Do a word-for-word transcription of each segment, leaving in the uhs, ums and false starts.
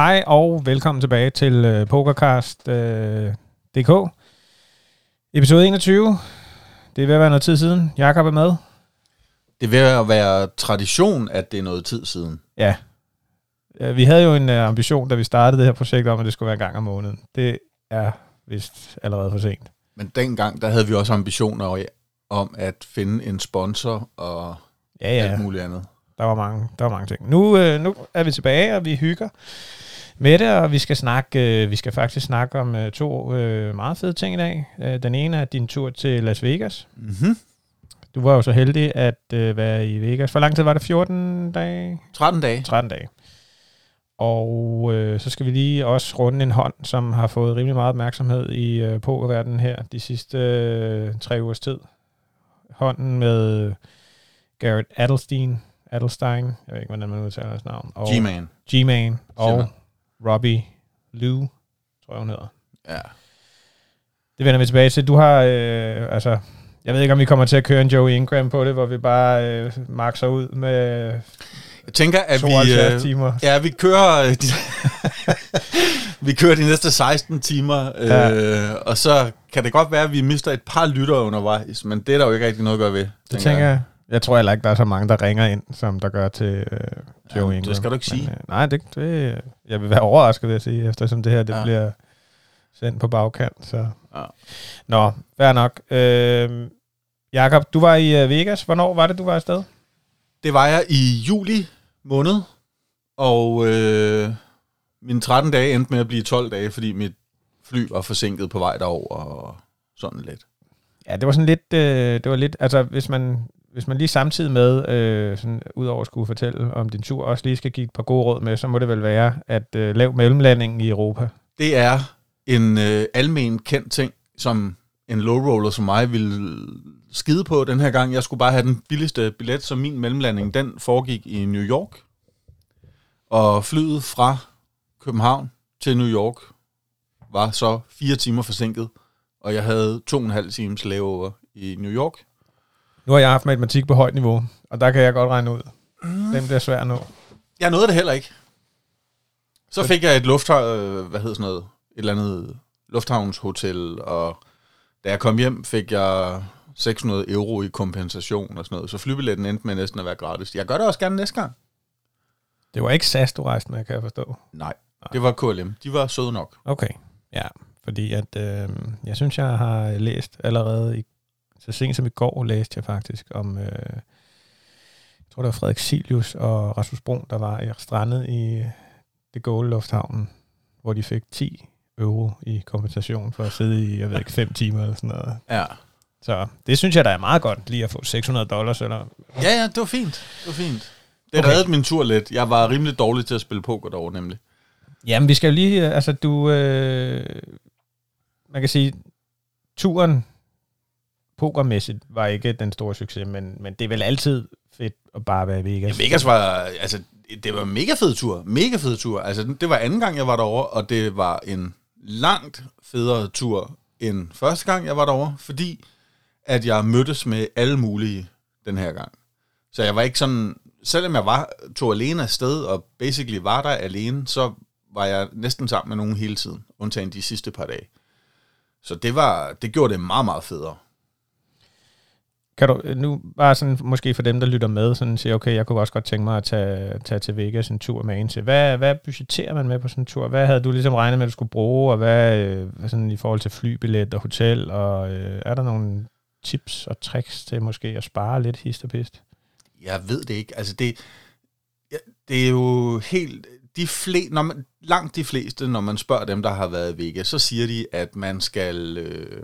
Hej og velkommen tilbage til uh, Pokercast punktum d k. Uh, Episode enogtyve. Det er ved at være noget tid siden. Jakob er med. Det er ved at være tradition, at det er noget tid siden. Ja. Uh, vi havde jo en uh, ambition, da vi startede det her projekt, om at det skulle være en gang om måneden. Det er vist allerede for sent. Men dengang, der havde vi også ambitioner om at finde en sponsor og ja, ja. alt muligt andet. Der var mange, der var mange ting. Nu, øh, nu er vi tilbage, og vi hygger med det, og vi skal snakke, øh, vi skal faktisk snakke om øh, to øh, meget fede ting i dag. Øh, den ene er din tur til Las Vegas. Mm-hmm. Du var jo så heldig at øh, være i Vegas. Hvor lang tid var det? fjorten dage? tretten dage. tretten dage. Og øh, så skal vi lige også runde en hånd, som har fået rimelig meget opmærksomhed i øh, pokerverdenen her de sidste øh, tre ugers tid. Hånden med Garrett Adelstein. Adelstein, jeg ved ikke, hvordan man udtaler hans navn. Og G-Man. G-Man og Robbie Liu, tror jeg, hun hedder. Ja. Det vender vi tilbage til. Du har, øh, altså, jeg ved ikke, om vi kommer til at køre en Joey Ingram på det, hvor vi bare øh, makser ud med jeg tænker, at tooghalvfjerds vi, øh, timer. Ja, vi kører, øh, de, vi kører de næste seksten timer, øh, ja. Og så kan det godt være, at vi mister et par lyttere undervejs, men det er der jo ikke rigtig noget at gøre ved. Det tænker jeg. Jeg tror heller ikke, der er så mange, der ringer ind, som der gør til øh, Joe Ingram. Det skal du ikke sige. Men, øh, nej, det, det, jeg vil være overrasket, vil jeg sige, eftersom det her det ja. bliver sendt på bagkant. Så. Ja. Nå, fair nok. Øh, Jakob, du var i uh, Vegas. Hvornår var det, du var afsted? Det var jeg i juli måned, og øh, mine tretten dage endte med at blive tolv dage, fordi mit fly var forsinket på vej derover og sådan lidt. Ja, det var sådan lidt, øh, det var lidt, altså hvis man... Hvis man lige samtidig med, øh, sådan, udover at skulle fortælle om din tur, også lige skal give et par gode råd med, så må det vel være at øh, lave mellemlandingen i Europa. Det er en øh, almen kendt ting, som en lowroller som mig ville skide på den her gang. Jeg skulle bare have den billigste billet, så min mellemlanding, den foregik i New York. Og flyet fra København til New York var så fire timer forsinket, og jeg havde to og en halv times layover i New York. Nu har jeg haft matematik på højt niveau, og der kan jeg godt regne ud. Mm. Den bliver svær nu. Jeg nåede det heller ikke. Så fik jeg et lufthavn, hvad hedder sådan noget, et eller andet lufthavnshotel, og da jeg kom hjem, fik jeg seks hundrede euro i kompensation og sådan noget, så flybilletten endte med næsten at være gratis. Jeg gør det også gerne næste gang. Det var ikke S A S, du rejste med, kan jeg forstå? Nej, det var K L M. De var søde nok. Okay, ja, fordi at, øh, jeg synes, jeg har læst allerede i så sent som i går læste jeg faktisk om, øh, jeg tror det var Frederik Silius og Rasmus Brun, der var strandet i det Gaulle Lufthavnen, hvor de fik ti euro i kompensation for at sidde i, jeg ved ikke, fem timer eller sådan noget. Ja. Så det synes jeg, der er meget godt, lige at få seks hundrede dollars. Eller... Ja, ja, det var fint. Det var fint. Det okay. reddede min tur lidt. Jeg var rimelig dårlig til at spille poker derovre, nemlig. Jamen, vi skal jo lige, altså du, øh, man kan sige, turen pokermæssigt var ikke den store succes, men, men det er vel altid fedt at bare være i Vegas. Ja, Vegas var, altså, det var en mega fed tur. Mega fed tur. Altså, det var anden gang, jeg var derovre, og det var en langt federe tur end første gang, jeg var derovre, fordi at jeg mødtes med alle mulige den her gang. Så jeg var ikke sådan, selvom jeg var, tog alene afsted, og basically var der alene, så var jeg næsten sammen med nogen hele tiden, undtagen de sidste par dage. Så det var, det gjorde det meget, meget federe. Kan du nu bare sådan, måske for dem, der lytter med, sådan sige, okay, jeg kunne også godt tænke mig at tage, tage til Vegas en tur med en til. Hvad, hvad budgetterer man med på sådan en tur? Hvad havde du ligesom regnet med, at du skulle bruge, og hvad, hvad sådan i forhold til flybillet og hotel, og øh, er der nogle tips og tricks til måske at spare lidt hist og pist? Jeg ved det ikke. Altså det, ja, det er jo helt, de fle, når man, langt de fleste, når man spørger dem, der har været i Vegas, så siger de, at man skal... Øh,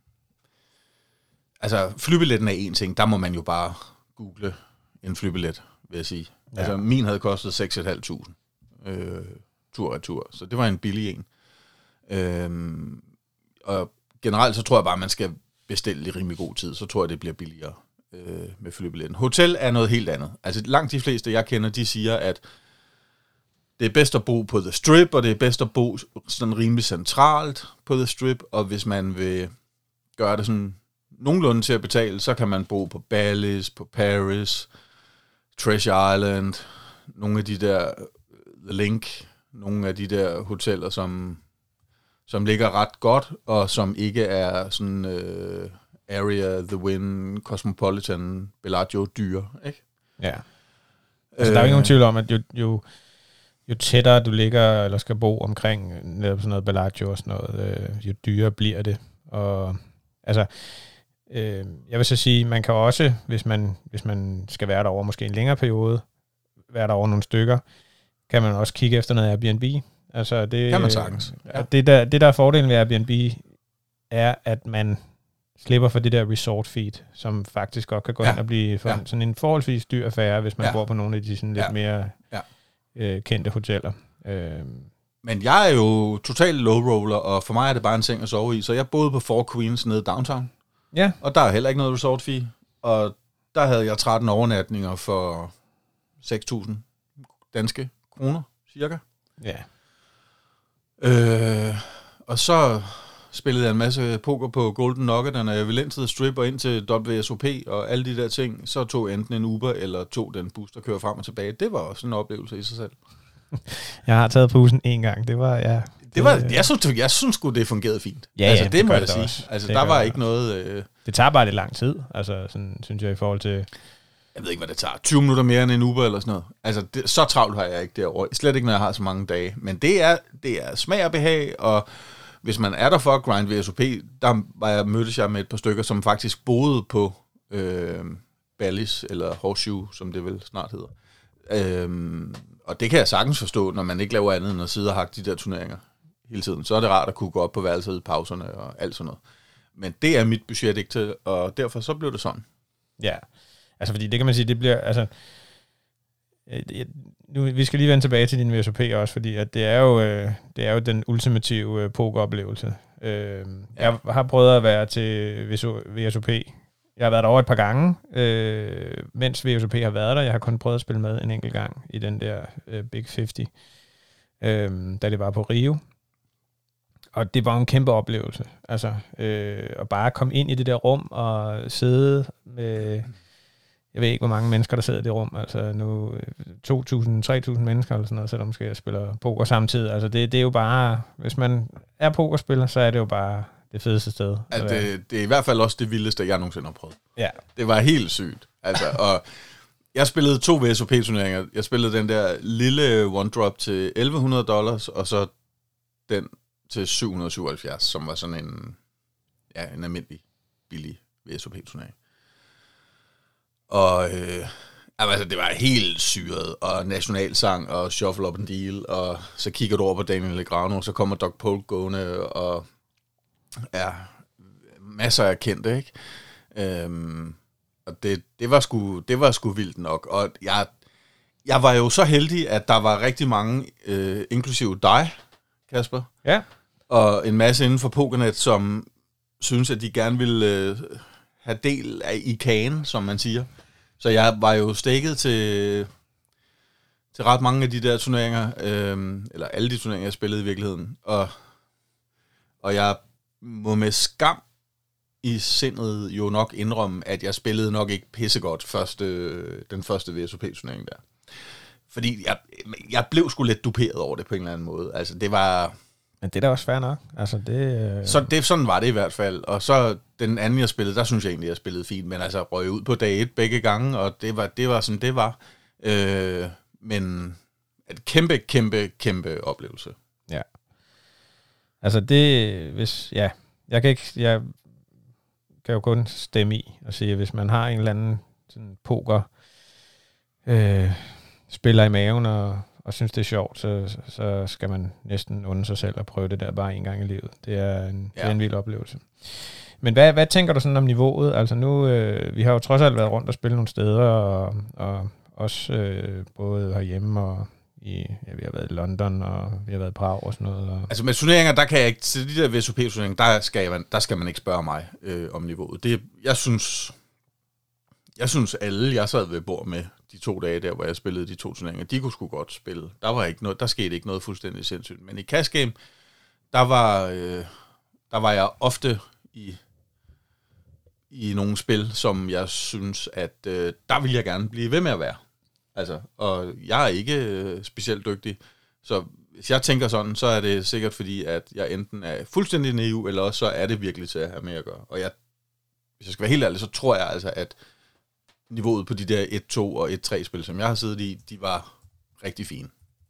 Altså, flybilletten er en ting. Der må man jo bare google en flybillet, vil jeg sige. Ja. Altså, min havde kostet seks tusind fem hundrede øh, tur og tur, så det var en billig en. Øhm, og generelt så tror jeg bare, man skal bestille i rimelig god tid. Så tror jeg, det bliver billigere øh, med flybilletten. Hotel er noget helt andet. Altså, langt de fleste, jeg kender, de siger, at det er bedst at bo på The Strip, og det er bedst at bo sådan rimelig centralt på The Strip, og hvis man vil gøre det sådan nogenlunde til at betale, så kan man bo på Bally's, på Paris, Treasure Island, nogle af de der The Link, nogle af de der hoteller, som, som ligger ret godt, og som ikke er sådan øh, Area, The Wynn, Cosmopolitan, Bellagio dyre, ikke? Ja. Altså, øh, der er jo ikke nogen tvivl om, at jo, jo, jo tættere du ligger, eller skal bo omkring netop sådan noget Bellagio og sådan noget, øh, jo dyrere bliver det. Og altså, øh, jeg vil så sige, man kan også, hvis man, hvis man skal være der over måske en længere periode, være der over nogle stykker, kan man også kigge efter noget Airbnb. Altså det, kan man sagtens. Ja. Det, der, det der er fordelen ved Airbnb, er, at man slipper for det der resort feed, som faktisk godt kan gå ja. ind og blive for, ja. sådan en forholdsvis dyr affære, hvis man ja. bor på nogle af de sådan lidt ja. mere ja. øh, kendte hoteller. Øh. Men jeg er jo total low roller, og for mig er det bare en seng at sove i, så jeg boede på Four Queens nede i downtown. Ja. Og der er heller ikke noget resort fee, og der havde jeg tretten overnatninger for seks tusind danske kroner, cirka. Ja. Øh, og så spillede jeg en masse poker på Golden Nugget, og når jeg ville ind til Strip og ind til W S O P og alle de der ting, så tog jeg enten en Uber eller tog den bus, der kører frem og tilbage. Det var også en oplevelse i sig selv. Jeg har taget bussen en gang. Det var, ja... Det var, jeg synes, jeg synes sgu, det fungerede fint. Ja, altså, det, det må jeg det sige. Også. Altså, det der var ikke noget... Øh... Det tager bare lidt lang tid, altså, sådan, synes jeg, i forhold til... Jeg ved ikke, hvad det tager. tyve minutter mere end en Uber eller sådan noget. Altså, det, så travlt har jeg ikke derovre. Slet ikke, når jeg har så mange dage. Men det er, det er smag og behag, og hvis man er der for at grind V S O P, der var jeg, mødtes jeg med et par stykker, som faktisk boede på øh, Bally's, eller Horseshoe, som det vel snart hedder. Øh, og det kan jeg sagtens forstå, når man ikke laver andet end at sidde og hakke de der turneringer hele tiden. Så er det rart at kunne gå op på værelset i pauserne og alt sådan noget. Men det er mit budget ikke til, og derfor så blev det sådan. Ja, altså fordi det kan man sige, det bliver, altså, det, nu, vi skal lige vende tilbage til din V S O P også, fordi at det er jo, øh, det er jo den ultimative øh, pokeroplevelse. Øh, ja. Jeg har prøvet at være til V S O P. Jeg har været der over et par gange, øh, mens V S O P har været der. Jeg har kun prøvet at spille med en enkelt gang i den der øh, Big halvtreds, øh, da det var på Rio. Og det var en kæmpe oplevelse. Altså, øh, at bare komme ind i det der rum og sidde med, jeg ved ikke, hvor mange mennesker, der sidder i det rum. Altså nu to tusind, tre tusind mennesker eller sådan noget, selvom skal jeg spille poker samtidig. Altså det, det er jo bare, hvis man er pokerspiller, så er det jo bare det fedeste sted. Altså, det, det er i hvert fald også det vildeste, jeg nogensinde har prøvet. Ja. Det var helt sygt. Altså, og jeg spillede to V S O P-turneringer. Jeg spillede den der lille one-drop til elleve hundrede dollars, og så den til syv hundrede og syvoghalvfjerds, som var sådan en, ja, en almindelig, billig V S O P-turnering. Og øh, altså, det var helt syret, og nationalsang, og shuffle up and deal, og så kigger du over på Daniel Legrano, så kommer Doug Polk gående, og ja, masser af kendte, ikke? Øhm, og det, det, var sgu, det var sgu vildt nok, og jeg, jeg var jo så heldig, at der var rigtig mange, øh, inklusive dig, Kasper, ja, og en masse inden for Pokernet, som synes, at de gerne ville øh, have del af i kagen, som man siger. Så jeg var jo stikket til, til ret mange af de der turneringer, øh, eller alle de turneringer, jeg spillede i virkeligheden. Og, og jeg må med skam i sindet jo nok indrømme, at jeg spillede nok ikke pissegodt første, den første V S O P-turnering der. Fordi jeg, jeg blev sgu lidt duperet over det på en eller anden måde. Altså det var... Men det er da også fair nok. Altså, det, øh... så det, sådan var det i hvert fald. Og så den anden, jeg spillede, der synes jeg egentlig, jeg spillede fint. Men altså røg ud på dag et begge gange, og det var, det var sådan, det var. Øh, men et kæmpe, kæmpe, kæmpe oplevelse. Ja. Altså det, hvis, ja, jeg kan ikke, jeg kan jo kun stemme i og sige, at hvis man har en eller anden sådan poker øh, spiller i maven og og synes, det er sjovt, så, så skal man næsten unde sig selv at prøve det der bare en gang i livet. Det er en, ja. det er en vild oplevelse. Men hvad, hvad tænker du sådan om niveauet? Altså nu, øh, vi har jo trods alt været rundt og spille nogle steder, og, og også øh, både herhjemme og i, ja, vi har været i London, og vi har været i Prag og sådan noget. Og altså med turneringer, der kan jeg ikke, til de der V S O P-turneringer, der skal, man, der skal man ikke spørge mig øh, om niveauet. Det, jeg synes, jeg synes alle, jeg sad ved bord med, de to dage der, hvor jeg spillede de to turneringer, de kunne sgu godt spille. Der var ikke noget, der skete ikke noget fuldstændig sindssygt. Men i cash game, der var, øh, der var jeg ofte i, i nogle spil, som jeg synes, at øh, der ville jeg gerne blive ved med at være. Altså, og jeg er ikke øh, specielt dygtig, så hvis jeg tænker sådan, så er det sikkert fordi, at jeg enten er fuldstændig naiv, eller også så er det virkelig til at have med at gøre. Og jeg, hvis jeg skal være helt ærlig, så tror jeg altså, at niveauet på de der et to og et tre spil, som jeg har siddet i, de var rigtig fine.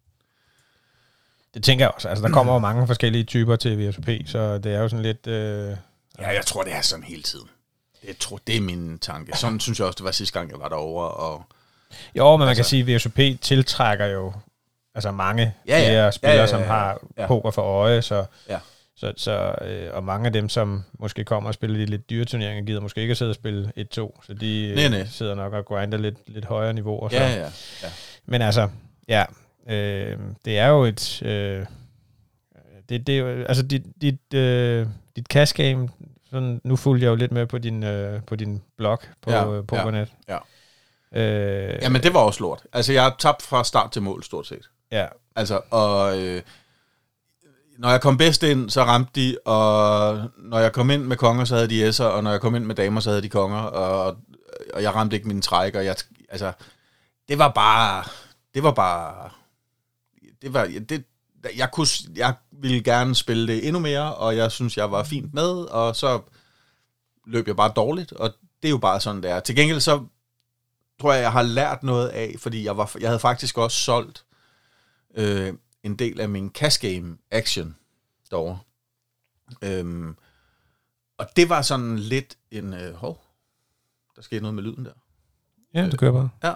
Det tænker jeg også. Altså, der kommer jo mange forskellige typer til V S O P, så det er jo sådan lidt... Øh... Ja, jeg tror, det er sådan hele tiden. Jeg tror, det er min tanke. Sådan synes jeg også, det var sidste gang, jeg var derovre. Og jo, men man altså, kan sige, at V S O P tiltrækker jo altså mange ja, ja. flere spillere, ja, ja, ja, ja. som har ja. poker for øje, så... Ja. Så, så, øh, og mange af dem, som måske kommer og spiller de lidt dyre turneringer, gider måske ikke at sidde og spille et to, så de nej, nej. sidder nok og grinder lidt, lidt højere niveauer. Så. Ja, ja, ja. Men altså, ja, øh, det er jo et... Øh, det, det er jo, altså dit, dit, øh, dit cash game, sådan, nu fulgte jeg jo lidt med på din, øh, på din blog på ja, øh, PokerNet. Ja, ja. Øh, ja, men det var også lort. Altså, jeg har tabt fra start til mål, stort set. Ja. Altså, og... Øh, når jeg kom bedst ind, så ramte de, og når jeg kom ind med konger, så havde de s'er, og når jeg kom ind med damer, så havde de konger, og, og jeg ramte ikke mine træk, og jeg, altså, det var bare, det var bare, det var, det, jeg kunne, jeg ville gerne spille det endnu mere, og jeg synes, jeg var fint med, og så løb jeg bare dårligt, og det er jo bare sådan, det er. Til gengæld så tror jeg, jeg har lært noget af, fordi jeg, var, jeg havde faktisk også solgt, øh, en del af min cash game action derovre. Øhm, og det var sådan lidt en... Øh, hov, der skete noget med lyden der. Ja, det kører bare. Ja.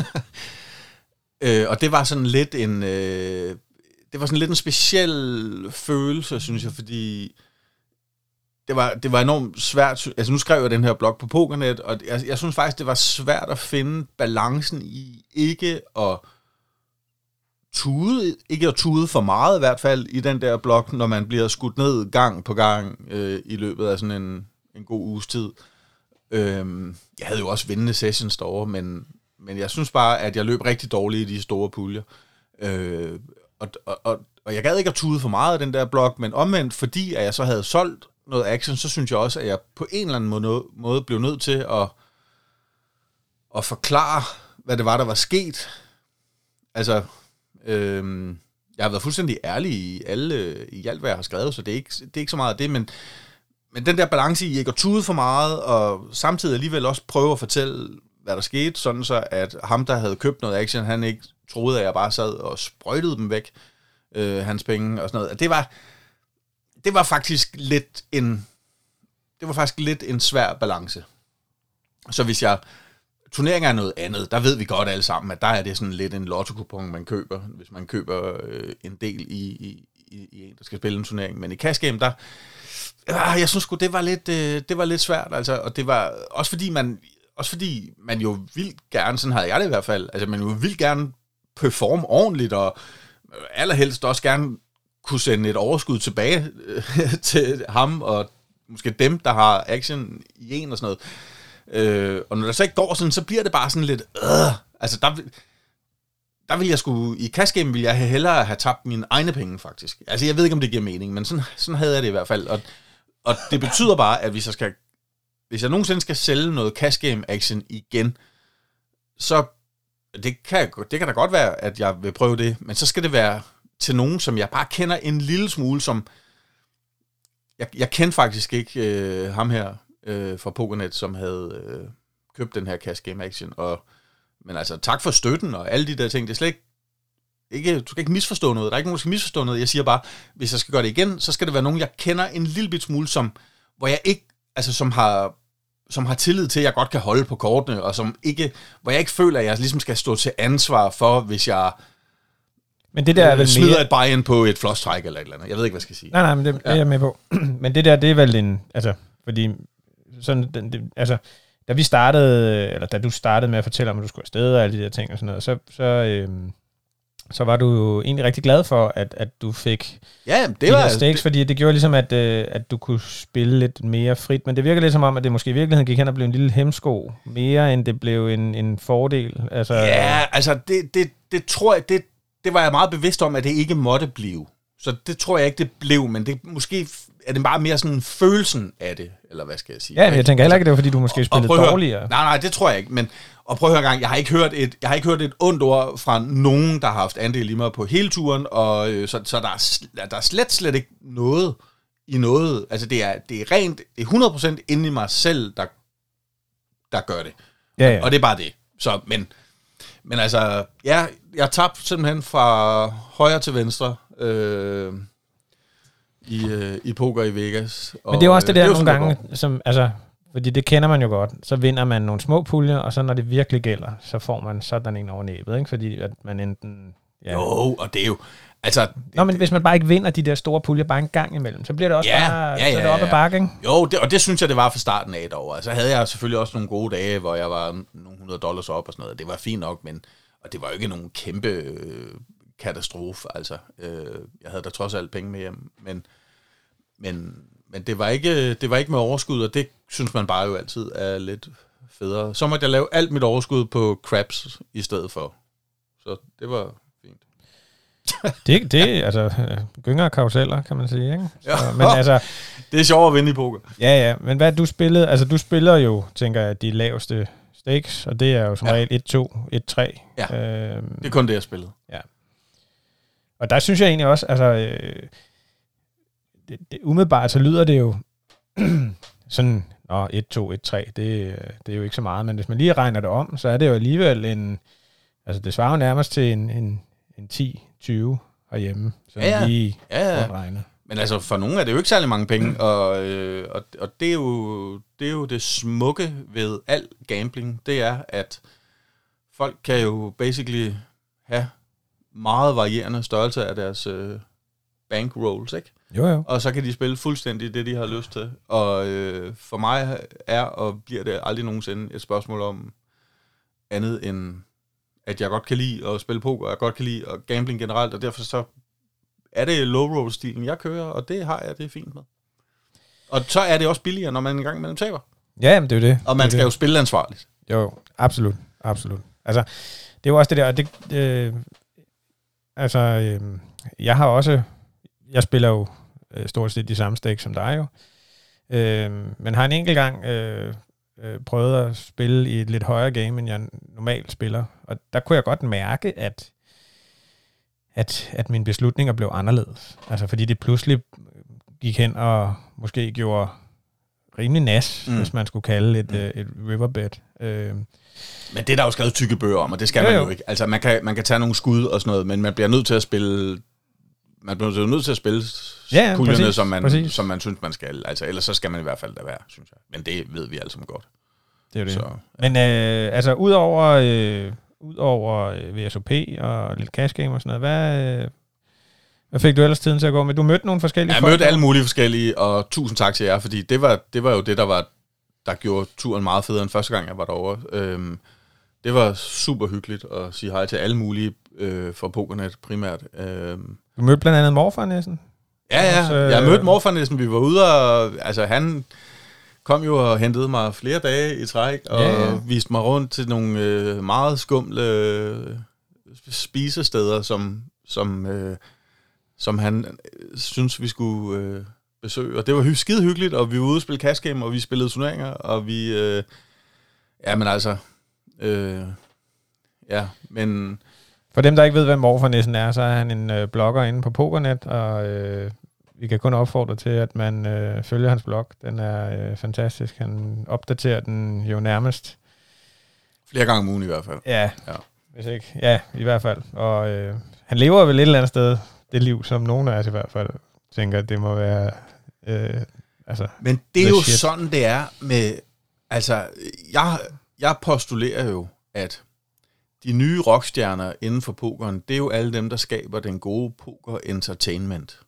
øh, og det var sådan lidt en... Øh, det var sådan lidt en speciel følelse, synes jeg, fordi det var, det var enormt svært... Altså nu skrev jeg den her blog på PokerNet, og jeg, jeg synes faktisk, det var svært at finde balancen i ikke at... tude, ikke at tude for meget i hvert fald i den der blok, når man bliver skudt ned gang på gang øh, i løbet af sådan en, en god uges tid. Øhm, jeg havde jo også vindende sessions derovre, men, men jeg synes bare, at jeg løb rigtig dårligt i de store puljer. Øh, og, og, og, og jeg gad ikke at tude for meget af den der blok, men omvendt, fordi at jeg så havde solgt noget action, så synes jeg også, at jeg på en eller anden måde, måde blev nødt til at, at forklare, hvad det var, der var sket. Altså... Øhm, jeg har været fuldstændig ærlig i, alle, i alt, hvad jeg har skrevet, så det er ikke, det er ikke så meget af det, men, men den der balance i ikke at tude for meget, og samtidig alligevel også prøve at fortælle, hvad der skete, sådan så, at ham, der havde købt noget action, han ikke troede, at jeg bare sad og sprøjtede dem væk, øh, hans penge og sådan noget. Det var, det var faktisk lidt en, det var faktisk lidt en svær balance. Så hvis jeg turneringer er noget andet. Der ved vi godt alle sammen, at der er det sådan lidt en lotto-kupon, man køber, hvis man køber øh, en del i, i, i en, der skal spille en turnering. Men i cash game, der... Øh, jeg synes sgu, det var lidt, øh, det var lidt svært, altså. Og det var også fordi, man, også fordi man jo vildt gerne, sådan havde jeg det i hvert fald, altså man jo vildt gerne performe ordentligt, og allerhelst også gerne kunne sende et overskud tilbage øh, til ham, og måske dem, der har action i en og sådan noget. Øh, og når der så ikke går sådan, så bliver det bare sådan lidt øh, altså der, der vil jeg sgu i cash game vil jeg hellere have tabt mine egne penge faktisk. Altså jeg ved ikke om det giver mening, men sådan, sådan havde jeg det i hvert fald. Og, og det betyder bare, at hvis jeg skal hvis jeg nogensinde skal sælge noget cash game action igen, så det kan, det kan da godt være, at jeg vil prøve det, men så skal det være til nogen, som jeg bare kender en lille smule, som jeg, jeg kender faktisk ikke øh, ham her øh, fra PokerNet, som havde øh, købt den her cash game action, og men altså tak for støtten og alle de der ting, det er slet ikke, ikke du skal ikke misforstå noget, der er ikke nogen, der skal misforstå noget, jeg siger bare, hvis jeg skal gøre det igen, så skal det være nogen, jeg kender en lille bit smule, som, hvor jeg ikke, altså som har som har tillid til, at jeg godt kan holde på kortene, og som ikke, hvor jeg ikke føler, at jeg ligesom skal stå til ansvar for, hvis jeg men det der er øh, vel smider mere... et buy-in på et flosstræk eller et eller andet. Jeg ved ikke, hvad jeg skal sige. Nej, nej, men det, det er jeg med på. Men det der, det er vel en, altså, fordi, sådan, det, det, altså, da vi startede, eller da du startede med at fortælle om, at du skulle afsted og alle de der ting og sådan noget, så, så, øhm, så var du jo egentlig rigtig glad for, at, at du fik ja, det de var, der stakes, det... fordi det gjorde ligesom, at, øh, at du kunne spille lidt mere frit, men det virker lidt som om, at det måske i virkeligheden gik hen og blev en lille hemsko, mere end det blev en, en fordel. Altså, ja, altså det, det, det tror jeg, det, det var jeg meget bevidst om, at det ikke måtte blive så det tror jeg ikke, det blev, men det måske er det bare mere sådan følelsen af det, eller hvad skal jeg sige? Ja, men jeg tænker heller ikke, det var, fordi du måske spillede dårligere. Nej, nej, det tror jeg ikke, men og prøv at høre en gang, jeg har ikke hørt et, jeg har ikke hørt et ondt ord fra nogen, der har haft andel i mig på hele turen, og øh, så, så der, er, der er slet, slet ikke noget i noget. Altså, det er, det er rent, det er hundrede procent inde i mig selv, der, der gør det. Ja, ja. Og det er bare det. Så, men, men altså, ja, jeg tabte simpelthen fra højre til venstre øh, i, øh, i poker i Vegas. Og, men det er jo også det der øh, nogle gange, som, altså, fordi det kender man jo godt, så vinder man nogle små puljer, og så når det virkelig gælder, så får man sådan en over næbet, ikke? Fordi at man enten... Ja. Jo, og det er jo... Altså, Nå, men hvis man bare ikke vinder de der store puljer bare en gang imellem, så bliver det også ja, bare ja, ja, så er det op ad bakke, ikke? Jo, det, og det synes jeg, det var fra starten af et år. Altså havde jeg selvfølgelig også nogle gode dage, hvor jeg var nogle hundrede dollars op og sådan noget. Det var fint nok, men og det var jo ikke nogen kæmpe øh, katastrofe. Altså, øh, jeg havde da trods alt penge med hjem, men, men, men det, var ikke, det var ikke med overskud, og det synes man bare jo altid er lidt federe. Så måtte jeg lave alt mit overskud på craps i stedet for. Så det var... Det, det altså, gynger og karuseller, kan man sige, ikke? Så, ja, men altså, det er sjovt at vinde i poker. Ja, ja, men hvad du spillede, altså du spiller jo, tænker jeg, de laveste stakes, og det er jo som ja. regel et to, et tre. Ja, øhm, det er kun det, jeg spillede. Ja. Og der synes jeg egentlig også, altså, øh, det, det, umiddelbart så lyder det jo sådan, nå, et to, et tre, det, det er jo ikke så meget, men hvis man lige regner det om, så er det jo alligevel en, altså det svarer jo nærmest til en, en, en ti tyve herhjemme, så ja, ja. lige ja, ja. regnet. Men altså, for nogen er det jo ikke særlig mange penge, og, øh, og, og det, er jo, det er jo det smukke ved al gambling, det er, at folk kan jo basically have meget varierende størrelse af deres øh, bankrolls, ikke? Jo, jo. Og så kan de spille fuldstændig det, de har lyst til. Og øh, for mig er og bliver det aldrig nogensinde et spørgsmål om andet end, at jeg godt kan lide at spille poker, og jeg godt kan lide at gambling generelt, og derfor så er det low-roll-stilen, jeg kører, og det har jeg, det er fint med. Og så er det også billigere, når man en gang imellem taber. Ja, jamen, det er jo det. Og man det skal det. jo spille ansvarligt. Jo, absolut, absolut. Altså, det er jo også det der, og det, øh, altså, øh, jeg har også, jeg spiller jo øh, stort set de samme stakes som dig jo, øh, men har en enkelt gang øh, øh, prøvet at spille i et lidt højere game, end jeg normalt spiller, og der kunne jeg godt mærke, at At, at mine beslutninger blev anderledes. Altså fordi det pludselig gik hen og måske gjorde rimelig nas, mm. hvis man skulle kalde et, mm. et riverbed. Øh. Men det er der jo skrevet tykke bøger om, og det skal jo, man jo, jo ikke. Altså man kan, man kan tage nogle skud og sådan noget, men man bliver nødt til at spille, man bliver nødt til at spille ja, puljerne, præcis, som, man, præcis. som man synes, man skal. Altså ellers så skal man i hvert fald da være, synes jeg. Men det ved vi alle sammen godt. Det er jo det. Så, ja. Men øh, altså udover... Øh, Udover V S O P og lidt cash game og sådan noget, hvad, hvad fik du ellers tiden til at gå med? Du mødte nogle forskellige Jeg folk? mødte alle mulige forskellige, og tusind tak til jer, fordi det var, det var jo det, der var der gjorde turen meget federe end første gang, jeg var derovre. Øhm, det var super hyggeligt at sige hej til alle mulige øh, fra Pokernet primært. Øhm. Du mødte blandt andet Morfarnissen? Ja, ja. Også, øh... Jeg mødte Morfarnissen. Vi var ude og... Altså, han kom jo og hentede mig flere dage i træk, og ja, ja. viste mig rundt til nogle øh, meget skumle øh, spisesteder, som, som, øh, som han øh, synes, vi skulle øh, besøge. Og det var hy- skide hyggeligt, og vi var ude og spille cash game, og vi spillede turneringer, og vi... Øh, ja, men altså... Øh, ja, men... For dem, der ikke ved, hvem Morfarnissen er, så er han en øh, blogger inde på Pokernet, og... Øh vi kan kun opfordre til, at man øh, følger hans blog. Den er øh, fantastisk. Han opdaterer den jo nærmest. Flere gange om ugen i hvert fald. Ja, ja. Hvis ikke. Ja, i hvert fald. Og øh, han lever vel et eller andet sted, det liv, som nogen af os i hvert fald tænker, det må være... Øh, altså, men det er jo shit. Sådan, det er med... Altså, jeg, jeg postulerer jo, at de nye rockstjerner inden for pokeren, det er jo alle dem, der skaber den gode poker-entertainment.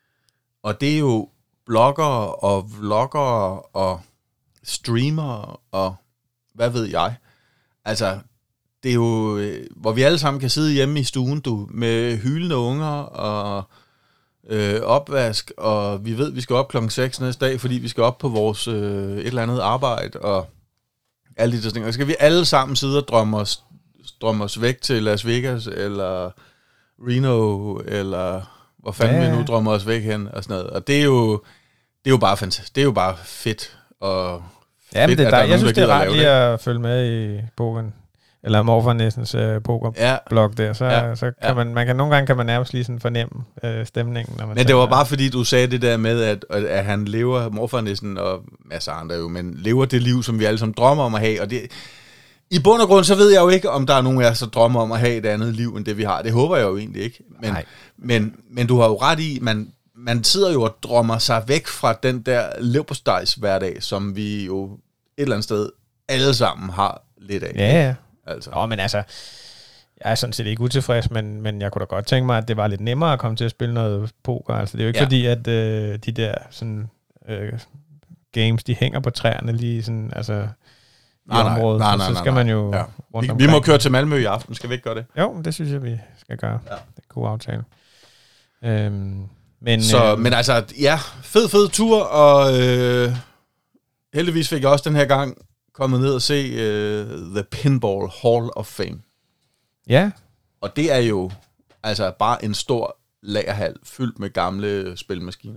Og det er jo bloggere og vloggere og streamere og hvad ved jeg. Altså, det er jo, hvor vi alle sammen kan sidde hjemme i stuen, du, med hylende unger og øh, opvask, og vi ved, at vi skal op klokken seks næste dag, fordi vi skal op på vores øh, et eller andet arbejde og alle de der ting. Og så skal vi alle sammen sidde og drømme os, drømme os væk til Las Vegas eller Reno eller... hvor fanden Ja, vi ja. nu drømmer os væk hen, og sådan noget. Og det er jo, det er jo bare fantastisk. Det er jo bare fedt. Og Ja, men fedt, det er at der der, er jeg nogen, synes, der det er gider ret lave lige at følge med i bogen. Eller Morfarnæsens øh, pokerblog Ja. der. Så, Ja. så kan Ja. man, man kan nogle gange kan man nærmest lige sådan fornemme øh, stemningen. Når man Men det var tager- bare fordi, du sagde det der med, at, at han lever, morfarnissen og masser af andre jo, men lever det liv, som vi alle sammen drømmer om at have. Og det, i bund og grund, så ved jeg jo ikke, om der er nogen af os, der drømmer om at have et andet liv, end det vi har. Det håber jeg jo egentlig ikke. Men, men, men du har jo ret i, man, man sidder jo og drømmer sig væk fra den der leverpostejs hverdag, som vi jo et eller andet sted alle sammen har lidt af. Ja, ja. Altså. Nå, men altså, jeg er sådan set ikke utilfreds, men, men jeg kunne da godt tænke mig, at det var lidt nemmere at komme til at spille noget poker. Altså, det er jo ikke Ja. fordi, at øh, de der sådan, øh, games, de hænger på træerne lige sådan, altså, i Nej, nej, området. nej, Så- nej, så nej, skal man jo ja. rundt Vi, omkring. vi må køre til Malmø i aften, skal vi ikke gøre det? Jo, det synes jeg, vi skal gøre. Ja. Det er en god aftale. Øhm, men, Så, øh, men altså, ja, fed, fed tur, og øh, heldigvis fik jeg også den her gang kommet ned og se øh, The Pinball Hall of Fame. ja, Og det er jo altså bare en stor lagerhal fyldt med gamle spilmaskiner.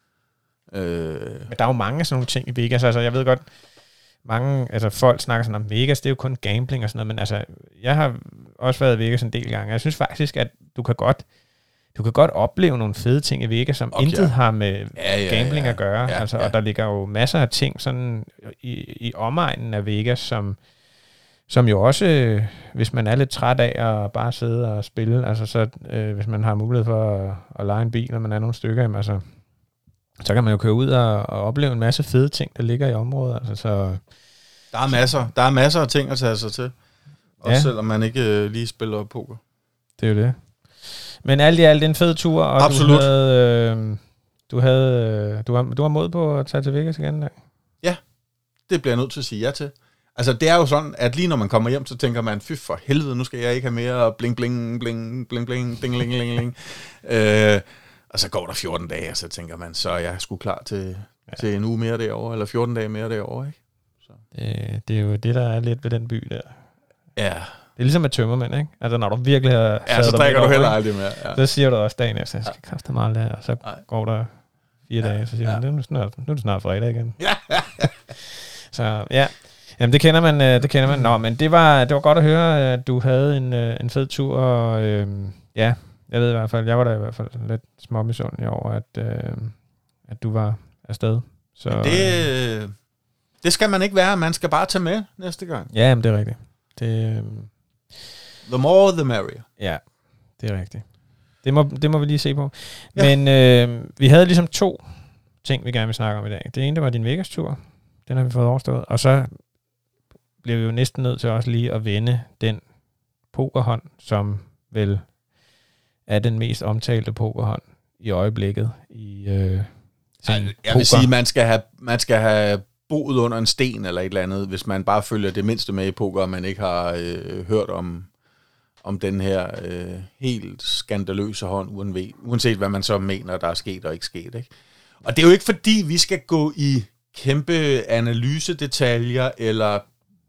Øh, men der er jo mange af sådan nogle ting i Vegas. Altså, jeg ved godt, mange, altså folk snakker sådan om Vegas, det er jo kun gambling og sådan noget, men altså, jeg har også været i Vegas en del gange. Jeg synes faktisk, at du kan godt, du kan godt opleve nogle fede ting i Vegas, som Okay. intet har med Ja, ja, gambling ja. at gøre. Ja, altså, ja. Og der ligger jo masser af ting sådan i, i omegnen af Vegas, som, som jo også, øh, hvis man er lidt træt af at bare sidde og spille, altså så, øh, hvis man har mulighed for at, at lege en bil, når man er nogle stykker, jamen, altså, så kan man jo køre ud og, og opleve en masse fede ting, der ligger i området. Altså, så der er masser, der er masser af ting at tage sig til. Også Ja. selvom man ikke øh, lige spiller poker. det er jo det. Men alt i alt en fed tur, og Absolut. du havde, øh, du havde, øh, du har, du har mod på at tage til Vegas igen. Der. Det bliver jeg nødt til at sige ja til. Altså, det er jo sådan, at lige når man kommer hjem, så tænker man, fy for helvede, nu skal jeg ikke have mere bling, bling, bling, bling, bling, ding, ling, ling, ling. øh, og så går der fjorten dage, og så tænker man, så er jeg sgu klar til, ja. til en uge mere derovre, eller fjorten dage mere derovre, ikke? Så. Det, det er jo det, der er lidt ved den by der. Ja. Det er ligesom med tømmermænd, ikke? Altså, når du virkelig har Ja, sad så dig drikker midt du heller over, aldrig mere. Ja. så siger du også dagen efter, jeg skal kræfte mig aldrig, og så Nej. går der fire Ja. dage, så siger Ja. man, nu er det snart, nu er det snart fredag igen. Ja. Så ja, jamen det kender man, øh, det kender man. Nå, men det var, det var godt at høre, at du havde en, øh, en fed tur, og øh, ja, jeg ved i hvert fald, jeg var da i hvert fald lidt småmisundelig over, at, øh, at du var afsted. Så, Men det, øh, det skal man ikke være, man skal bare tage med næste gang. ja, jamen, det er rigtigt. Det, øh, The more, the merrier. ja, det er rigtigt. Det må, det må vi lige se på. Ja. Men øh, vi havde ligesom to ting, vi gerne vil snakke om i dag. Det ene, det var din Vegas-tur. Den har vi fået overstået. Og så blev vi jo næsten nødt til også lige at vende den pokerhånd, som vel er den mest omtalte pokerhånd i øjeblikket i øh, Jeg, jeg vil sige, man skal have man skal have boet under en sten eller et eller andet, hvis man bare følger det mindste med i poker, og man ikke har øh, hørt om om den her øh, helt skandaløse hånd, uanset, uanset hvad man så mener, der er sket og ikke sket. Ikke? Og det er jo ikke fordi, vi skal gå i kæmpe analysedetaljer, eller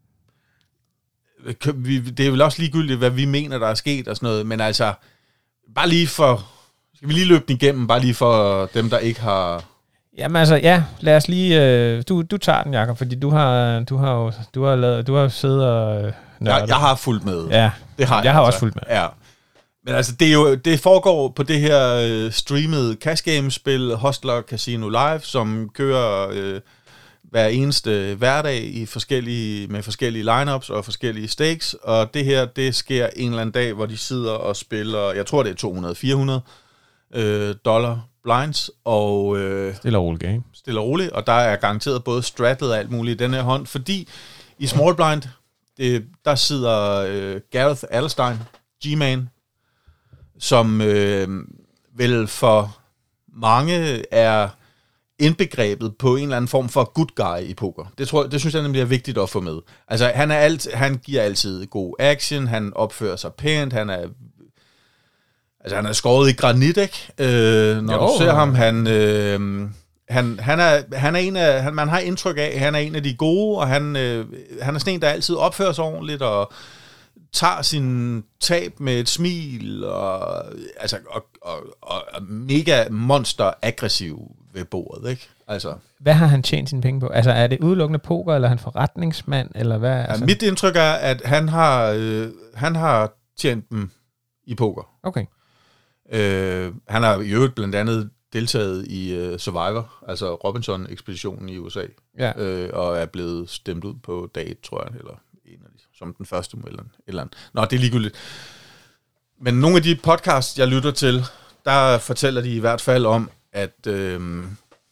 det er vel også ligegyldigt, hvad vi mener, der er sket og sådan noget, men altså, bare lige for, skal vi lige løbe den igennem, bare lige for dem, der ikke har... Jamen altså, ja, lad os lige, øh, du, du tager den, Jakob, fordi du har, du har jo, du har lavet, du har siddet og øh, jeg, jeg har fulgt med. Ja, det har jeg, jeg har altså. også fulgt med. Ja. Men altså, det, er jo, det foregår på det her øh, streamede cash game-spil, Hustler Casino Live, som kører øh, hver eneste hverdag i forskellige, med forskellige lineups og forskellige stakes, og det her, det sker en eller anden dag, hvor de sidder og spiller, jeg tror det er to hundrede til fire hundrede øh, dollar blinds, og øh, stille og roligt game. Stille og roligt, og der er garanteret både strattet og alt muligt i den her hånd, fordi i small blind, det, der sidder øh, Gareth Allenstein, G-Man, som øh, vel for mange er indbegrebet på en eller anden form for good guy i poker. Det, tror, det synes jeg nemlig er vigtigt at få med. Altså, han, er alt, han giver altid god action, han opfører sig pænt, han er altså, han er skåret i granit, ikke? Øh, når jo, du ser ham, han, øh, han, han, er, han er en af, han, man har indtryk af, han er en af de gode, og han, øh, han er sådan en, der altid opfører sig ordentligt, og tager sin tab med et smil, og, altså, og, og, og, og mega monster aggressiv ved bordet, ikke? Altså. Hvad har han tjent sine penge på? Altså, er det udelukkende poker, eller er han forretningsmand, eller hvad? Ja, altså? Mit indtryk er, at han har, øh, han har tjent dem i poker. Okay. Øh, han har i øvrigt blandt andet deltaget i uh, Survivor, altså Robinson-ekspeditionen i U S A, ja. øh, og er blevet stemt ud på dag et, tror jeg, eller en af de, som den første eller, eller andet. Nå, det er ligegyldigt. Men nogle af de podcasts, jeg lytter til, der fortæller de i hvert fald om, at øh,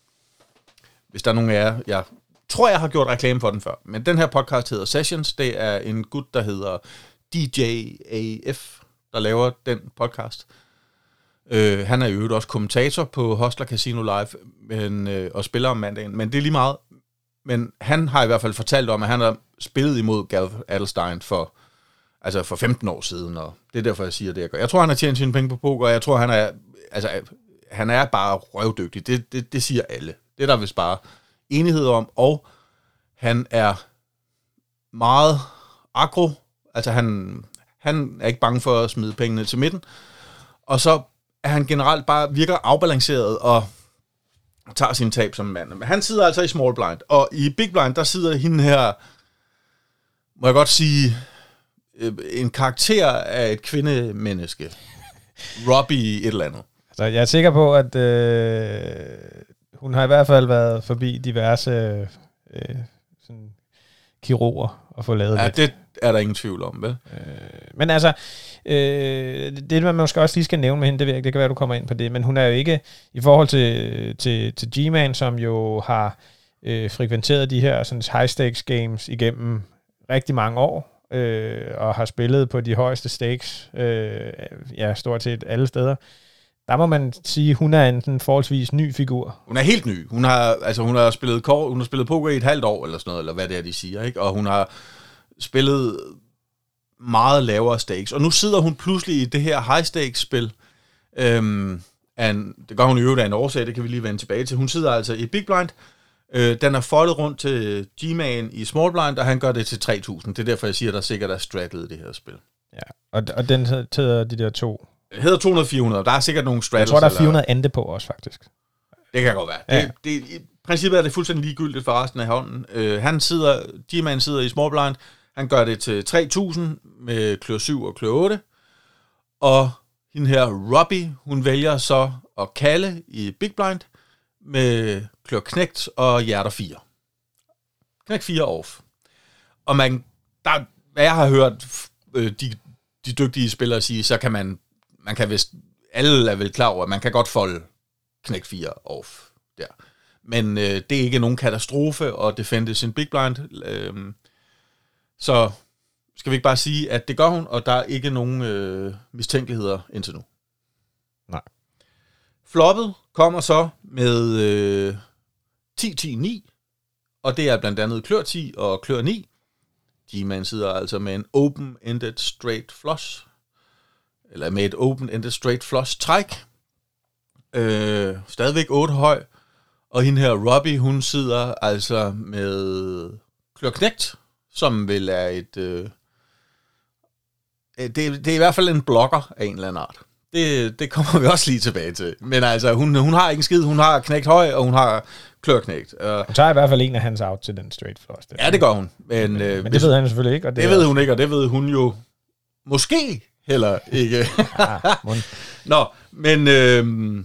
hvis der er nogen af jer, jeg tror, jeg har gjort reklame for den før, men den her podcast hedder Sessions. Det er en gut, der hedder D J A F, der laver den podcast. Uh, han er jo også kommentator på Hustler Casino Live men, uh, og spiller om mandagen, men det er lige meget. Men han har i hvert fald fortalt om, at han har spillet imod Gareth Adelstein for, altså for femten år siden, og det er derfor, jeg siger det, jeg gør. Jeg tror, han har tjent sine penge på poker, og jeg tror, han er, altså, han er bare røvdygtig. Det, det, det siger alle. Det er der vist bare enighed om, og han er meget aggro. Altså, han, han er ikke bange for at smide pengene til midten, og så at han generelt bare virker afbalanceret og tager sin tab som mand. Men han sidder altså i small blind, og i big blind, der sidder hende her, må jeg godt sige, en karakter af et kvindemenneske. Robbie et eller andet. Så jeg er sikker på, at øh, hun har i hvert fald været forbi diverse øh, sådan, kirurger og få lavet ja, lidt. Det er der ingen tvivl om, vel? Øh, men altså, øh, det man måske også lige skal nævne med hende, det, ved jeg, det kan være, du kommer ind på det, men hun er jo ikke, i forhold til, til, til G-Man, som jo har øh, frekventeret de her sådan, high-stakes games igennem rigtig mange år, øh, og har spillet på de højeste stakes, øh, ja, stort set alle steder. Der må man sige, at hun er en sådan forholdsvis ny figur. Hun er helt ny. Hun har, altså, hun har, spillet, hun har spillet poker i et halvt år, eller sådan noget, eller hvad det er, de siger, ikke? Og hun har spillet meget lavere stakes. Og nu sidder hun pludselig i det her high-stakes-spil. Øhm, en, det gør hun i øvrigt af en årsag, det kan vi lige vende tilbage til. Hun sidder altså i big blind. Øh, den er foldet rundt til G-Man i small blind, og han gør det til tre tusind. Det er derfor, jeg siger, at der sikkert er straddlet i det her spil. Ja, og, og den hedder de der to... Det hedder to hundrede fire hundrede. Der er sikkert nogle straddles. Jeg tror, der er fire hundrede ande på også, faktisk. Det kan godt være. Ja. Det, det, I princippet er det fuldstændig ligegyldigt for resten af hånden. Uh, han sidder, G-Man sidder i small blind. Han gør det til tre tusind med klør syv og klør otte. Og hende her, Robbie, hun vælger så at kalde i big blind med klør knægt og hjerter fire. Knægt fire off. Og man, der, hvad jeg har hørt de, de dygtige spillere sige, så kan man, man kan vist, alle er vel klar over, at man kan godt folde knægt fire off der. Men øh, det er ikke nogen katastrofe at defende sin big blind. Øh, så skal vi ikke bare sige, at det gør hun, og der er ikke nogen øh, mistænkeligheder indtil nu. Nej. Floppet kommer så med øh, ti ti ni, og det er blandt andet klør ti og klør ni. G-Man sidder altså med en open-ended straight flush, eller med et open-ended straight flush træk. Øh, stadigvæk otte høj, og hende her Robbie, hun sidder altså med klør knægt, som vil er et... Øh, det, det er i hvert fald en blokker af en eller anden art. Det, det kommer vi også lige tilbage til. Men altså, hun, hun har ikke en skid. Hun har knægt høj, og hun har klørknægt. Uh, hun tager i hvert fald en af hans out til den straight flush. Det ja, det gør hun. Men, men, øh, men det ved han selvfølgelig ikke. Og det det ved hun ikke, og det ved hun jo måske heller ikke. ja, Nå, men... Øh,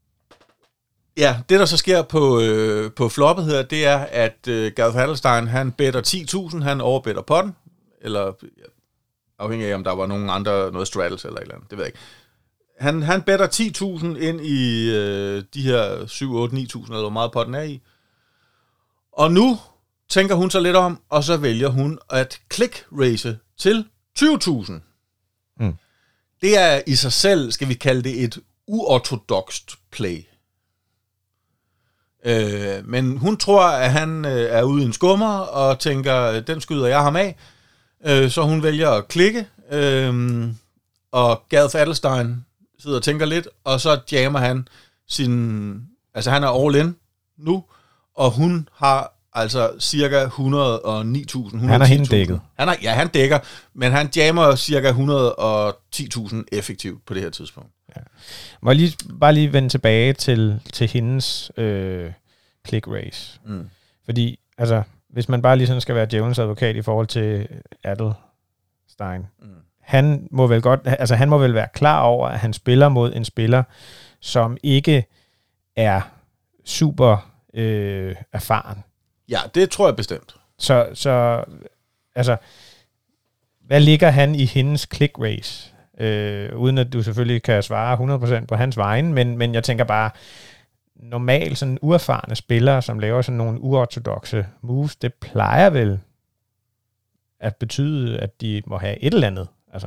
ja, det der så sker på, øh, på floppet her, det er, at øh, Gareth Adelstein, han better ti tusind, han overbetter potten, eller afhængig af, om der var nogen andre, noget straddles eller et eller andet, det ved jeg ikke. Han, han better ti tusind ind i øh, de her syv, otte, ni tusind, eller hvor meget potten er i. Og nu tænker hun så lidt om, og så vælger hun at click-race til tyve tusind. Mm. Det er i sig selv, skal vi kalde det, et uortodokst play. Øh, men hun tror, at han øh, er ude i en skummer, og tænker, den skyder jeg ham af. Øh, så hun vælger at klikke, øh, og Gareth Adelstein sidder og tænker lidt, og så jammer han sin... Altså, han er all in nu, og hun har altså cirka et hundrede og ni tusind. Han har hende dækket. Han har, ja, han dækker, men han jammer cirka et hundrede og ti tusind effektivt på det her tidspunkt. Ja. Må jeg lige, bare lige vende tilbage til, til hendes øh, click race. Mm. Fordi, altså, hvis man bare lige sådan skal være djævelens advokat i forhold til Adelstein, mm. han må vel godt, altså han må vel være klar over, at han spiller mod en spiller, som ikke er super øh, erfaren. Ja, det tror jeg bestemt. Så, så altså, hvad ligger han i hendes click race? Øh, uden at du selvfølgelig kan svare hundrede procent på hans vegne, men, men jeg tænker bare, normalt sådan uerfarne spillere, som laver sådan nogle uorthodoxe moves, det plejer vel at betyde, at de må have et eller andet. Altså.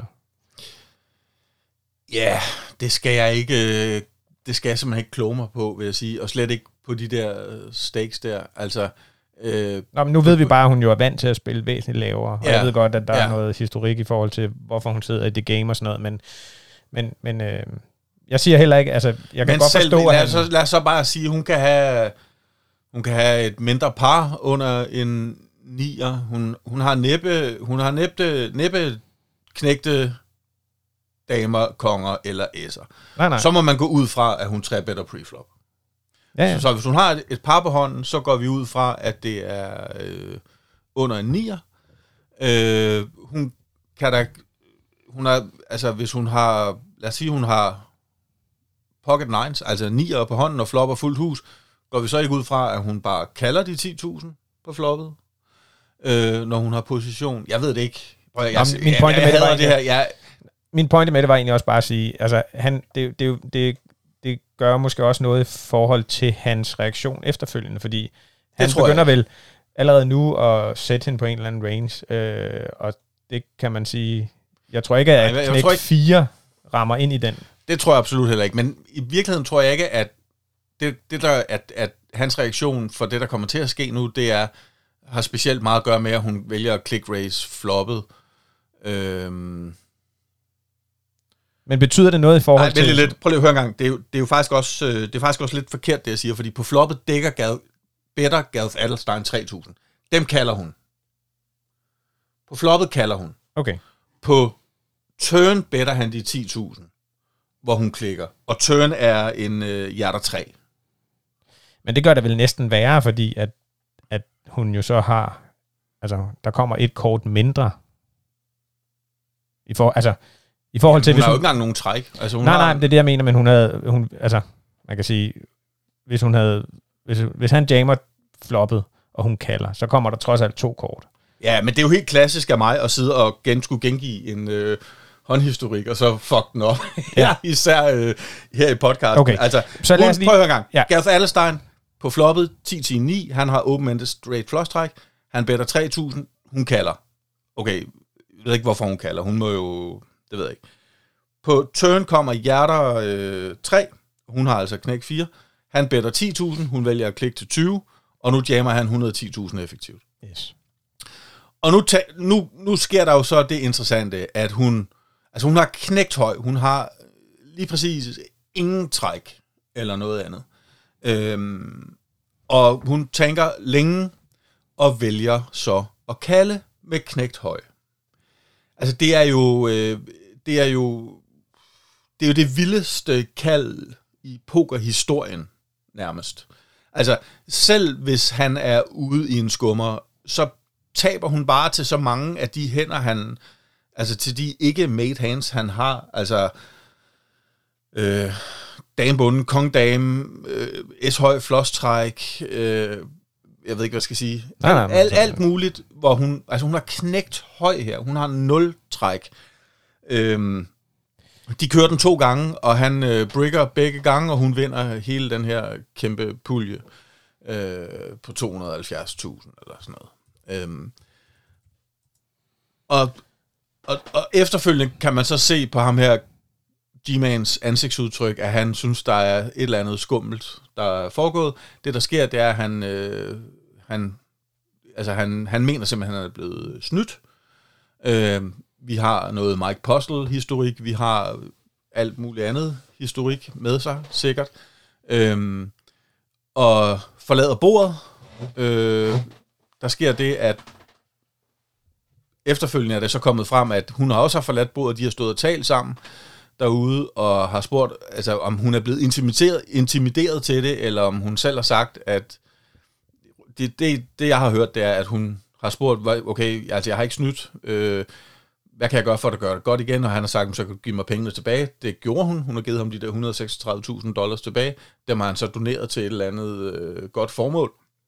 Ja, det skal jeg ikke, det skal jeg simpelthen ikke kloge mig på, vil jeg sige, og slet ikke på de der stakes der. Altså, øh, Nå, men nu ved vi bare, at hun jo er vant til at spille væsentligt lavere, og ja, jeg ved godt, at der ja. er noget historik i forhold til, hvorfor hun sidder i det game og sådan noget, men, men, men øh, jeg siger heller ikke, altså, jeg kan men godt selv, forstå, lad, at han... så, lad os så bare sige, at hun kan have, hun kan have et mindre par under en nier. Hun, hun har næppe, hun har næppe, næppe knægte damer, konger eller æsser. Nej, nej. Så må man gå ud fra, at hun tre-better preflop. Ja, ja. Så, så hvis hun har et, et par på hånden, så går vi ud fra, at det er øh, under en nier. Øh, hun kan da, hun har, altså hvis hun har, lad os sige, hun har pocket nines, altså nier på hånden og flopper fuldt hus, går vi så ikke ud fra, at hun bare kalder de ti tusind på floppet, øh, når hun har position. Jeg ved det ikke. Jeg, jeg, Nå, min pointe jeg, jeg, med jeg det var det her. Jeg, min pointe med det var egentlig også bare at sige, altså han, det, det, det, det gør måske også noget i forhold til hans reaktion efterfølgende, fordi han begynder jeg. vel allerede nu at sætte hende på en eller anden range, øh, og det kan man sige, jeg tror ikke, at Nej, knæk fire rammer ind i den. Det tror jeg absolut heller ikke, men i virkeligheden tror jeg ikke, at det, det der, at, at hans reaktion for det, der kommer til at ske nu, det er, har specielt meget at gøre med, at hun vælger at click raise floppet. Øhm Men betyder det noget i forhold Nej, til... lidt. Prøv lige at høre en gang. Det er jo, det er jo faktisk, også, det er faktisk også lidt forkert, det jeg siger, fordi på floppet dækker Gal, better Gareth Adelstein tre tusind. Dem kalder hun. På floppet kalder hun. Okay. På turn better han de ti tusind, hvor hun klikker. Og turn er en øh, hjerter tre. Men det gør det vel næsten værre, fordi at, at hun jo så har... Altså, der kommer et kort mindre. I for, altså... I forhold til, hun hvis har hun, jo ikke engang nogen træk. Altså, hun nej, har, nej, det er det, jeg mener, men hun havde, hun, altså, man kan sige, hvis hun havde, hvis, hvis han jammer floppet, og hun kalder, så kommer der trods alt to kort. Ja, men det er jo helt klassisk af mig at sidde og gen, skulle gengive en øh, håndhistorik, og så fuck den op. Ja. Især øh, her i podcasten. Okay. Altså, så lad os lige... prøv at høre en gang. Ja. Gareth Adelstein på floppet ti ti ni, han har open-ended straight flush-træk, han better tre tusind, hun kalder. Okay, jeg ved ikke, hvorfor hun kalder. Hun må jo, det ved jeg ikke. På turn kommer hjerter øh, tre, hun har altså knæk fire, han better ti tusind, hun vælger at klikke til tyve, og nu jammer han et hundrede og ti tusind effektivt. Yes. Og nu, ta- nu, nu sker der jo så det interessante, at hun, altså hun har knægt høj, hun har lige præcis ingen træk, eller noget andet. Øhm, og hun tænker længe, og vælger så at kalde med knægt høj. Altså det er jo, øh, det er jo, det er jo det vildeste kald i pokerhistorien, nærmest. Altså, selv hvis han er ude i en skummer, så taber hun bare til så mange af de hænder, han, altså til de ikke made hands, han har. Altså, øh, damebunden, kongdame, øh, S-høj, flostræk, øh, jeg ved ikke, hvad jeg skal sige. Nej, nej, nej, alt, alt muligt, hvor hun, altså hun har knægt høj her. Hun har nul træk. Øhm, de kører den to gange, og han øh, brigger begge gange, og hun vinder hele den her kæmpe pulje øh, på to hundrede og halvfjerds tusind eller sådan noget. Øhm, og, og, og efterfølgende kan man så se på ham her, G-Mans ansigtsudtryk, at han synes, der er et eller andet skummelt, der er foregået. Det, der sker, det er, at han, øh, han, altså han, han mener simpelthen, at han er blevet snydt. Øh, vi har noget Mike Postle-historik, vi har alt muligt andet historik med sig, sikkert. Øh, og forlader bordet, øh, der sker det, at efterfølgende er det så kommet frem, at hun har også har forladt bordet, de har stået og talt sammen derude, og har spurgt, altså, om hun er blevet intimideret, intimideret til det, eller om hun selv har sagt, at det, det, det jeg har hørt, det er, at hun har spurgt, okay, altså jeg har ikke snydt, øh, hvad kan jeg gøre for at gøre det godt igen? Og han har sagt, så kan du give mig pengene tilbage. Det gjorde hun. Hun har givet ham de der et hundrede og seksogtredive tusind dollars tilbage. Dem har han så doneret til et eller andet øh, godt formål.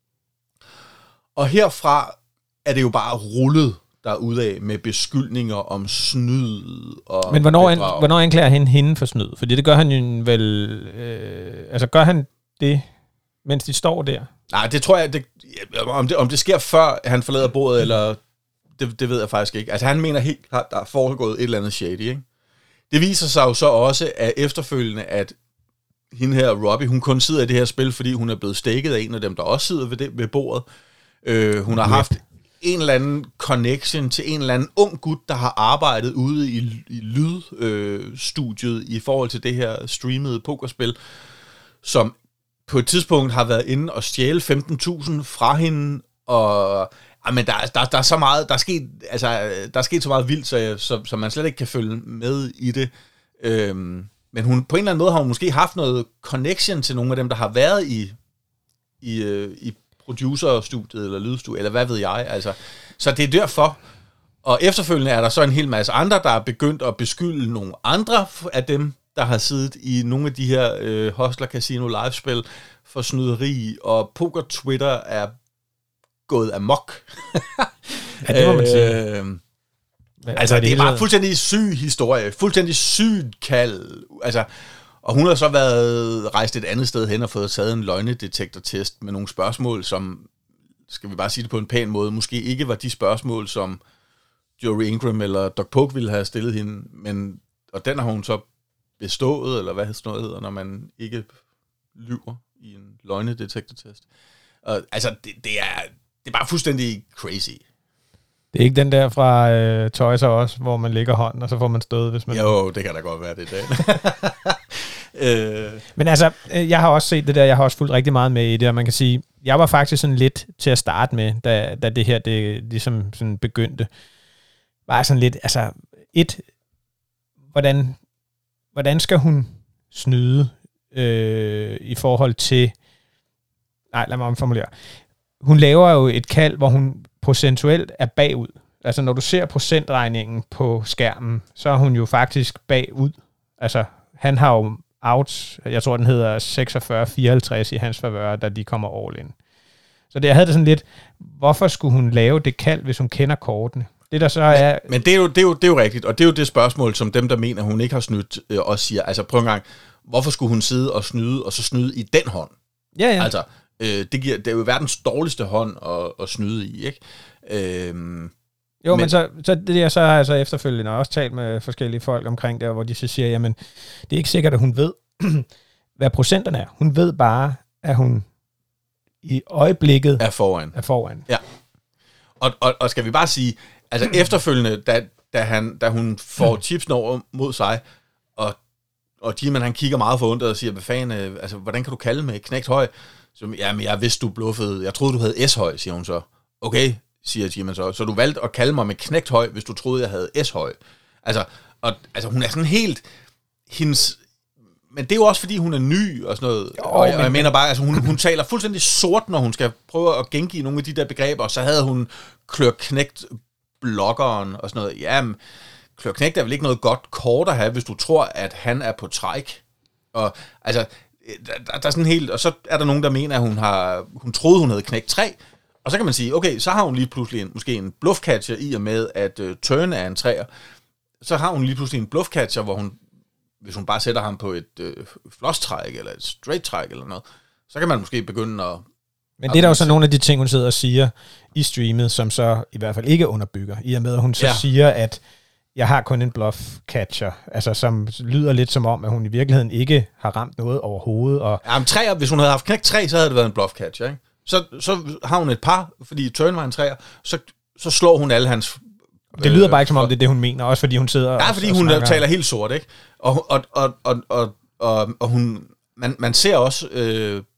Og herfra er det jo bare rullet derudad med beskyldninger om snyd og Men hvornår, an, hvornår anklager han hende for snyd? Fordi det gør han jo vel... Øh, altså gør han det, mens de står der? Nej, det tror jeg... Det, om, det, om det sker før han forlader bordet, eller... Det, det ved jeg faktisk ikke. Altså han mener helt klart, der er foregået et eller andet shady, ikke? Det viser sig jo så også, at efterfølgende, at hende her, Robbie, hun kun sidder i det her spil, fordi hun er blevet stikket af en af dem, der også sidder ved, det, ved bordet. Øh, hun har haft en eller anden connection til en eller anden ung gut, der har arbejdet ude i, i lydstudiet øh, i forhold til det her streamede pokerspil, som på et tidspunkt har været inde og stjæle femten tusind fra hende, og ja, men der, der, der er så meget, der er sket, altså, der er sket så meget vildt, så, så, så man slet ikke kan følge med i det. Øhm, men hun, på en eller anden måde har hun måske haft noget connection til nogle af dem, der har været i, i, øh, i producerstudiet eller lydstudiet, eller hvad ved jeg. Altså. Så det er derfor. Og efterfølgende er der så en hel masse andre, der er begyndt at beskylde nogle andre af dem, der har siddet i nogle af de her øh, Hustler Casino livespil for snyderi, og Poker Twitter er gået amok. Ja, det må man sige. Øh, altså, det er bare fuldstændig syg historie. Fuldstændig sygt kald. Altså, og hun har så været rejst et andet sted hen og fået taget en løgnedetektortest med nogle spørgsmål, som, skal vi bare sige det på en pæn måde, måske ikke var de spørgsmål, som Jory Ingram eller Doug Polk ville have stillet hende, men, og den har hun så bestået, eller hvad sådan noget hedder, når man ikke lyver i en løgnedetektortest. Og, altså, det, det er... Det er bare fuldstændig crazy. Det er ikke den der fra øh, Toys R Us, hvor man lægger hånden, og så får man stød, hvis man... Jo, det kan da godt være, det i dag. øh. Men altså, jeg har også set det der, jeg har også fulgt rigtig meget med i det, og man kan sige, jeg var faktisk sådan lidt til at starte med, da, da det her, det ligesom sådan begyndte. Var sådan lidt, altså, et, hvordan, hvordan skal hun snyde øh, i forhold til... Nej, lad mig omformulere. Hun laver jo et kald, hvor hun procentuelt er bagud. Altså, når du ser procentregningen på skærmen, så er hun jo faktisk bagud. Altså, han har jo out, jeg tror, den hedder seksogfyrre fireoghalvtreds i hans favør, da de kommer all in. Så det, jeg havde det sådan lidt, hvorfor skulle hun lave det kald, hvis hun kender kortene? Det der så er... Men, men det, er jo, det, er jo, det er jo rigtigt, og det er jo det spørgsmål, som dem, der mener, hun ikke har snydt, øh, også siger. Altså, prøv en gang, hvorfor skulle hun sidde og snyde, og så snyde i den hånd? Ja, ja. Altså, Det, giver, det er jo verdens dårligste hånd at, at snyde i, ikke? Øhm, jo, men, men så, så det jeg så har jeg så efterfølgende også talt med forskellige folk omkring det, hvor de så siger, jamen, det er ikke sikkert, at hun ved, hvad procenterne er. Hun ved bare, at hun i øjeblikket er foran. Er foran. Ja. Og, og, og skal vi bare sige, altså efterfølgende, da, da, han, da hun får chipsen over mod sig, og, og G-man, han kigger meget forundret og siger, hvad fanden, altså, hvordan kan du kalde mig knægt høj? Så, jamen, jeg vidste, du bluffede. Jeg troede, du havde S-høj, siger hun så. Okay, siger G-man så. Så du valgte at kalde mig med knægt høj, hvis du troede, jeg havde S-høj. Altså, og, altså, hun er sådan helt... Hendes... Men det er jo også, fordi hun er ny og sådan noget. Jo, og, jeg, og jeg mener bare, altså, hun, hun taler fuldstændig sort, når hun skal prøve at gengive nogle af de der begreber, og så havde hun klørknægt bloggeren og sådan noget. Jamen, klørknægt er vel ikke noget godt kort at have, hvis du tror, at han er på træk. Og altså... Der, der, der er sådan helt, og så er der nogen, der mener, at hun har, hun troede, hun havde knækt tre, og så kan man sige, okay, så har hun lige pludselig en, måske en bluffcatcher i og med, at uh, turn er en træer. Så har hun lige pludselig en bluffcatcher, hvor hun, hvis hun bare sætter ham på et uh, floss-træk, eller et straight-træk, eller noget, så kan man måske begynde at... Men det er der jo så nogle af de ting, hun sidder og siger i streamet, som så i hvert fald ikke underbygger, i og med, at hun så ja. siger, at jeg har kun en bluff-catcher, altså som lyder lidt som om, at hun i virkeligheden ikke har ramt noget overhovedet. Og ja, men træer, hvis hun havde haft knækt tre, så havde det været en bluff-catcher, ikke? Så, så har hun et par, fordi turn var en træer, så, så slår hun alle hans... Det lyder øh, bare ikke som om, det er det, hun mener, også fordi hun sidder ja, og fordi og hun snakker. taler helt sort, ikke? Og, og, og, og, og, og, og hun... Man, man ser også øh,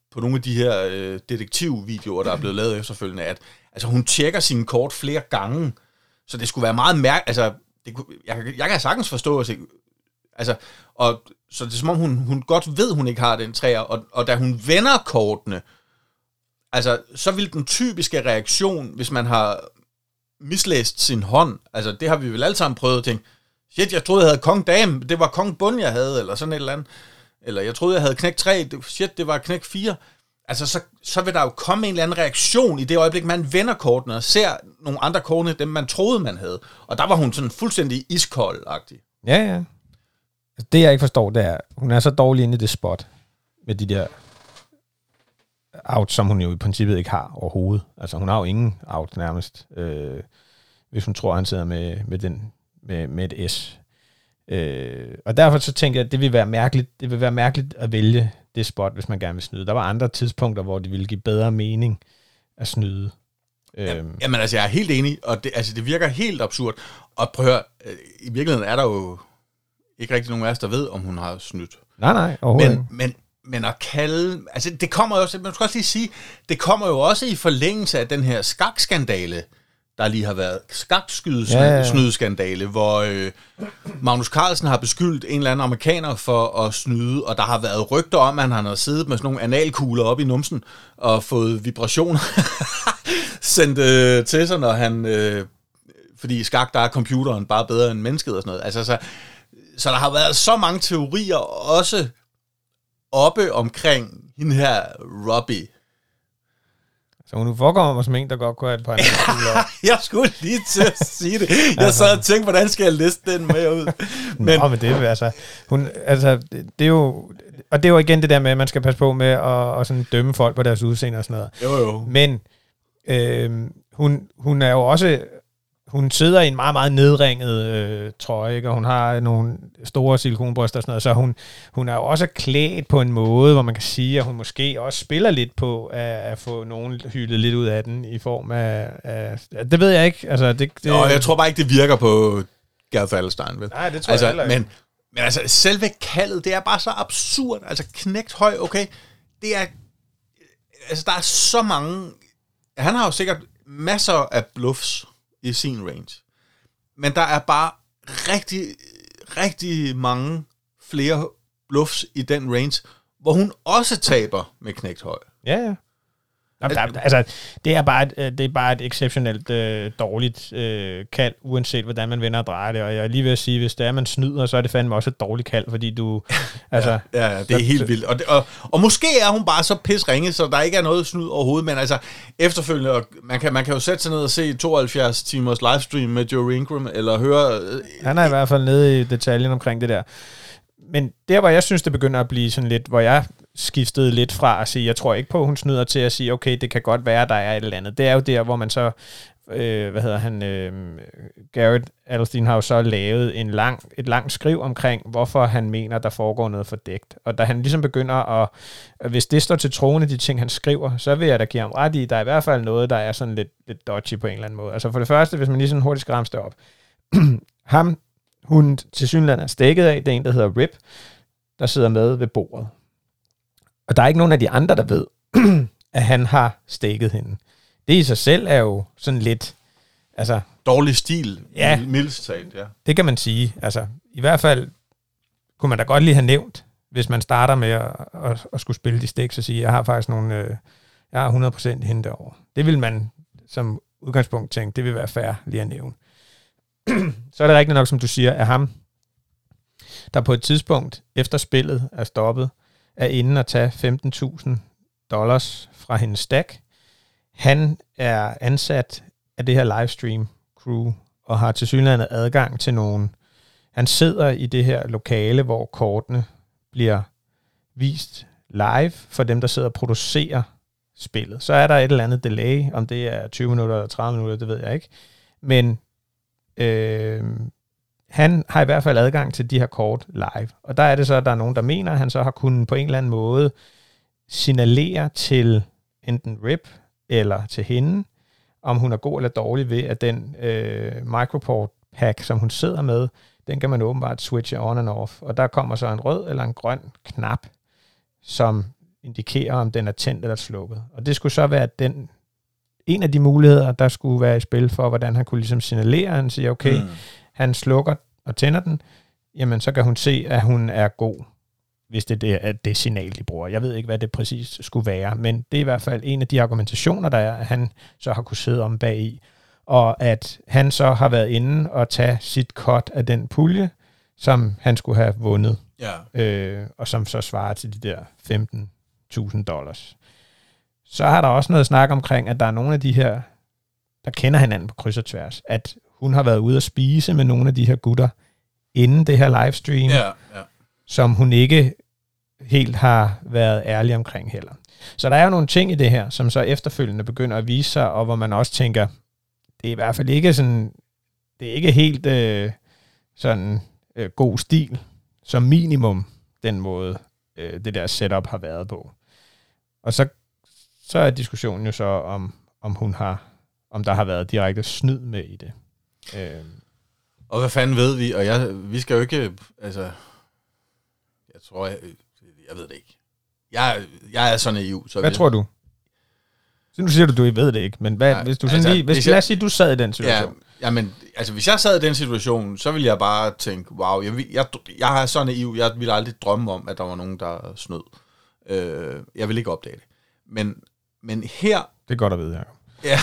på nogle af de her øh, detektivvideoer, der er blevet lavet efterfølgende, at altså, hun tjekker sine kort flere gange, så det skulle være meget mærkeligt. Altså, det, jeg, jeg kan sagtens forstå, at altså, og, så det er som om, hun, hun godt ved, hun ikke har den træer, og, og da hun vender kortene, altså, så vil den typiske reaktion, hvis man har mislæst sin hånd, altså, det har vi vel alle sammen prøvet at tænke, shit, jeg troede, jeg havde kong dame, det var kong bund, jeg havde, eller sådan et eller andet. Eller jeg troede, jeg havde knæk tre, shit, det var knæk fire. Altså, så, så vil der jo komme en eller anden reaktion i det øjeblik, man vender kortene og ser nogle andre kortene, dem man troede, man havde. Og der var hun sådan fuldstændig iskold-agtig. Ja, ja. Det, jeg ikke forstår, det er, hun er så dårlig inde i det spot med de der out, som hun jo i princippet ikke har overhovedet. Altså, hun har jo ingen out nærmest, øh, hvis hun tror, han sidder med, med, den, med, med et S. Øh, og derfor så tænker jeg, at det vil være mærkeligt, det vil være mærkeligt at vælge det spot, hvis man gerne vil snyde. Der var andre tidspunkter, hvor det ville give bedre mening at snyde. Ja, jamen altså, jeg er helt enig, og det, altså, det virker helt absurd. Og prøv at høre, i virkeligheden er der jo ikke rigtig nogen af os, der ved, om hun har snydt. Nej, nej, overhovedet men, men, men at kalde, altså det kommer jo også, man skal også lige sige, det kommer jo også i forlængelse af den her skakskandale, der lige har været skakskydeskandale, ja, ja. hvor øh, Magnus Carlsen har beskyldt en eller anden amerikaner for at snyde, og der har været rygter om, at han har siddet med sådan nogle analkugler op i numsen og fået vibrationer sendt øh, til sig, når han, øh, fordi i skak, der er computeren bare bedre end mennesket og sådan noget. Altså, så, så der har været så mange teorier også oppe omkring hende her Robbie. Så hun forekommer mig som en, der godt kunne have et par andre. Jeg skulle lige til at sige det. Jeg sad og tænkte, hvordan skal jeg liste den med ud? Men, Nå, men det er altså, hun, altså, det er jo, og det er jo igen det der med, at man skal passe på med at, at sådan dømme folk på deres udseende og sådan noget. Jo, jo. Men øh, hun, hun er jo også, hun sidder i en meget, meget nedringet øh, trøje, ikke? Og hun har nogle store silikonbryster og sådan noget, så hun, hun er jo også klædt på en måde, hvor man kan sige, at hun måske også spiller lidt på at, at få nogen hyldet lidt ud af den i form af, af det ved jeg ikke. Altså, det, det, jo, jeg tror bare ikke, det virker på Gerd Faddelstein. Vel? Nej, det tror altså, jeg heller ikke. Men, men altså, selve kaldet, det er bare så absurd. Altså, knægt høj, okay, det er, altså, der er så mange, han har jo sikkert masser af bluffs i sin range. Men der er bare rigtig, rigtig mange flere bluffs i den range, hvor hun også taber med knægt høj. Ja, ja. Nå, der, altså, det er bare et, det er bare et exceptionelt øh, dårligt øh, kald, uanset hvordan man vender og drejer det. Og jeg er lige ved at sige, hvis det er, man snyder, så er det fandme også et dårligt kald, fordi du... altså, ja, ja, det er helt vildt. Og, det, og, og måske er hun bare så pisringe, så der ikke er noget snyd overhovedet, men altså efterfølgende, og man kan, man kan jo sætte sig ned og se tooghalvfjerds timers livestream med Joe Ingram, eller høre... Øh, Han er i hvert fald nede i detaljen omkring det der. Men der, hvor jeg synes, det begynder at blive sådan lidt, hvor jeg skiftede lidt fra at sige, jeg tror ikke på, at hun snyder, til at sige, okay, det kan godt være, der er et eller andet. Det er jo der, hvor man så, øh, hvad hedder han, øh, Garrett Adelstein har jo så lavet en lang, et langt skriv omkring, hvorfor han mener, der foregår noget fordækt. Og da han ligesom begynder at, hvis det står til troende, de ting, han skriver, så vil jeg da give ham ret i, der er i hvert fald noget, der er sådan lidt, lidt dodgy på en eller anden måde. Altså for det første, hvis man lige sådan hurtigt skræmmer det op. Ham, hun til synligheden er stikket af, det er en, der hedder Rip, der sidder med ved bordet. Og der er ikke nogen af de andre, der ved, at han har stikket hende. Det i sig selv er jo sådan lidt... altså dårlig stil, ja, mildest talt, ja. Det kan man sige. Altså, i hvert fald kunne man da godt lige have nævnt, hvis man starter med at, at, at skulle spille de stiks og sige, jeg har faktisk nogle... Øh, jeg har hundrede procent hende derovre. Det vil man som udgangspunkt tænke, det vil være fair lige at nævne. Så er det rigtigt nok, som du siger, at ham, der på et tidspunkt efter spillet er stoppet, er inde at tage femten tusind dollars fra hendes stack. Han er ansat af det her livestream crew, og har tilsyneladende adgang til nogen. Han sidder i det her lokale, hvor kortene bliver vist live for dem, der sidder og producerer spillet. Så er der et eller andet delay, om det er tyve minutter eller tredive minutter, det ved jeg ikke. Men øh, han har i hvert fald adgang til de her kort live. Og der er det så, at der er nogen, der mener, at han så har kunnet på en eller anden måde signalere til enten Rip eller til hende, om hun er god eller dårlig ved, at den øh, microport pack, som hun sidder med, den kan man åbenbart switche on and off. Og der kommer så en rød eller en grøn knap, som indikere, om den er tændt eller slukket. Og det skulle så være den, en af de muligheder, der skulle være i spil for, hvordan han kunne ligesom signalere, han siger, okay, mm. han slukker og tænder den, jamen så kan hun se, at hun er god, hvis det er det, det signal, de bruger. Jeg ved ikke, hvad det præcis skulle være, men det er i hvert fald en af de argumentationer, der er, at han så har kunne sidde om bag i, og at han så har været inde og tage sit cut af den pulje, som han skulle have vundet, ja. øh, og som så svarer til de der femten tusind dollars. Så har der også noget snak omkring, at der er nogle af de her, der kender hinanden på kryds og tværs, at hun har været ude at spise med nogle af de her gutter, inden det her livestream, ja, ja. som hun ikke helt har været ærlig omkring heller. Så der er jo nogle ting i det her, som så efterfølgende begynder at vise sig, og hvor man også tænker, det er i hvert fald ikke sådan, det er ikke helt øh, sådan øh, god stil, som minimum, den måde, øh, det der setup har været på. Og så, så er diskussionen jo så, om, om hun har, om der har været direkte snyd med i det. Øh. Og hvad fanden ved vi? Og jeg, vi skal jo ikke, altså, jeg tror, jeg, jeg ved det ikke. Jeg, jeg er så naiv. Så hvad vi, tror du? Så nu siger du, du ved det ikke, men hvad, ja, hvis du sådan altså, lige, hvis, hvis jeg, lad os sige, du sad i den situation. Ja, ja, men altså, hvis jeg sad i den situation, så ville jeg bare tænke, wow, jeg, jeg, jeg er så naiv, jeg ville aldrig drømme om, at der var nogen, der snød. Øh, jeg vil ikke opdage det. Men, men her... Det er godt at vide, ja. Ja,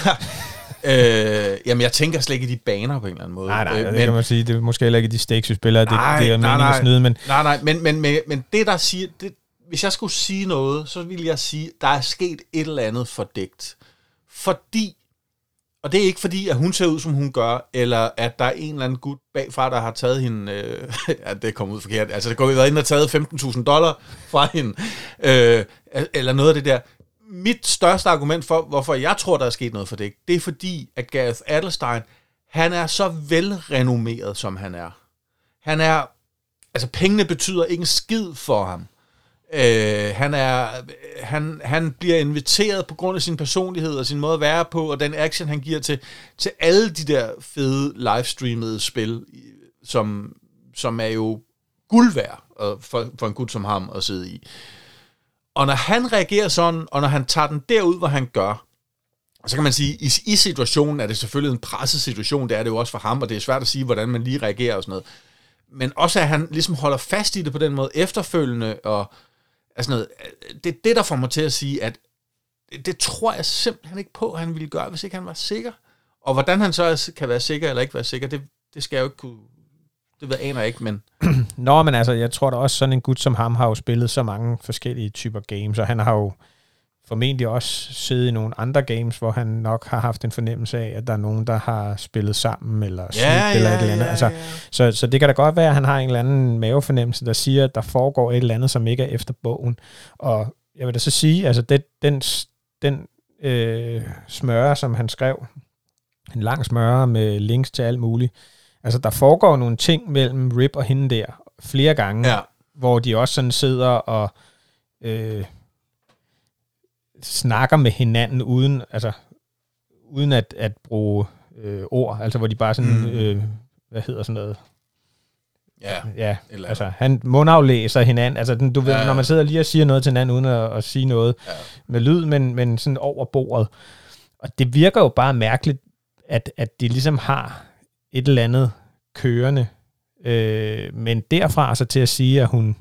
øh, jamen jeg tænker slet ikke i de baner på en eller anden måde. Nej, nej, øh, det men, kan man sige. Det er måske heller ikke de stakes, vi spiller. Nej, det, det er nej, meningen at snyde, men... Nej, nej, men, men, men, men det der siger... Det, hvis jeg skulle sige noget, så ville jeg sige, der er sket et eller andet fordækt. Fordi... Og det er ikke fordi, at hun ser ud, som hun gør, eller at der er en eller anden gut bagfra, der har taget hende... Øh, ja, det er kommet ud forkert. Altså, det går vi været ind og taget femten tusind dollar fra hende. Øh, eller noget af det der. Mit største argument for, hvorfor jeg tror, der er sket noget for det, det er fordi, at Gareth Adelstein, han er så velrenommeret, som han er. Han er, altså pengene betyder ikke en skid for ham. Øh, han er, han, han bliver inviteret på grund af sin personlighed og sin måde at være på, og den action, han giver til, til alle de der fede livestreamede spil, som, som er jo guld værd for, for en gut som ham at sidde i. Og når han reagerer sådan, og når han tager den derud, hvor han gør, så kan man sige, i, i situationen er det selvfølgelig en presset situation, det er det jo også for ham, og det er svært at sige, hvordan man lige reagerer og sådan noget. Men også at han ligesom holder fast i det på den måde efterfølgende, og altså noget, det er det, der får mig til at sige, at det, det tror jeg simpelthen ikke på, at han ville gøre, hvis ikke han var sikker. Og hvordan han så kan være sikker eller ikke være sikker, det, det skal jeg jo ikke kunne... Det ved jeg aner ikke, men... Nå, men altså, jeg tror da også, sådan en gut som ham har jo spillet så mange forskellige typer games, og han har jo formentlig også siddet i nogle andre games, hvor han nok har haft en fornemmelse af, at der er nogen, der har spillet sammen, eller snydt, ja, eller ja, et eller andet. Ja, altså, ja. så, så det kan da godt være, at han har en eller anden mavefornemmelse, der siger, at der foregår et eller andet, som ikke er efter bogen. Og jeg vil da så sige, altså, det, den, den øh, smøre, som han skrev, en lang smøre med links til alt muligt, altså, der foregår nogle ting mellem Rip og hende der, flere gange, ja. hvor de også sådan sidder og øh, snakker med hinanden, uden, altså, uden at, at bruge øh, ord, altså hvor de bare sådan, mm. øh, hvad hedder sådan noget? Ja, ja altså, han mundaflæser hinanden, altså, du ved, ja. Når man sidder lige og siger noget til hinanden, uden at, at sige noget ja. med lyd, men, men sådan over bordet. Og det virker jo bare mærkeligt, at, at de ligesom har et eller andet kørende, øh, men derfra så til at sige, at hun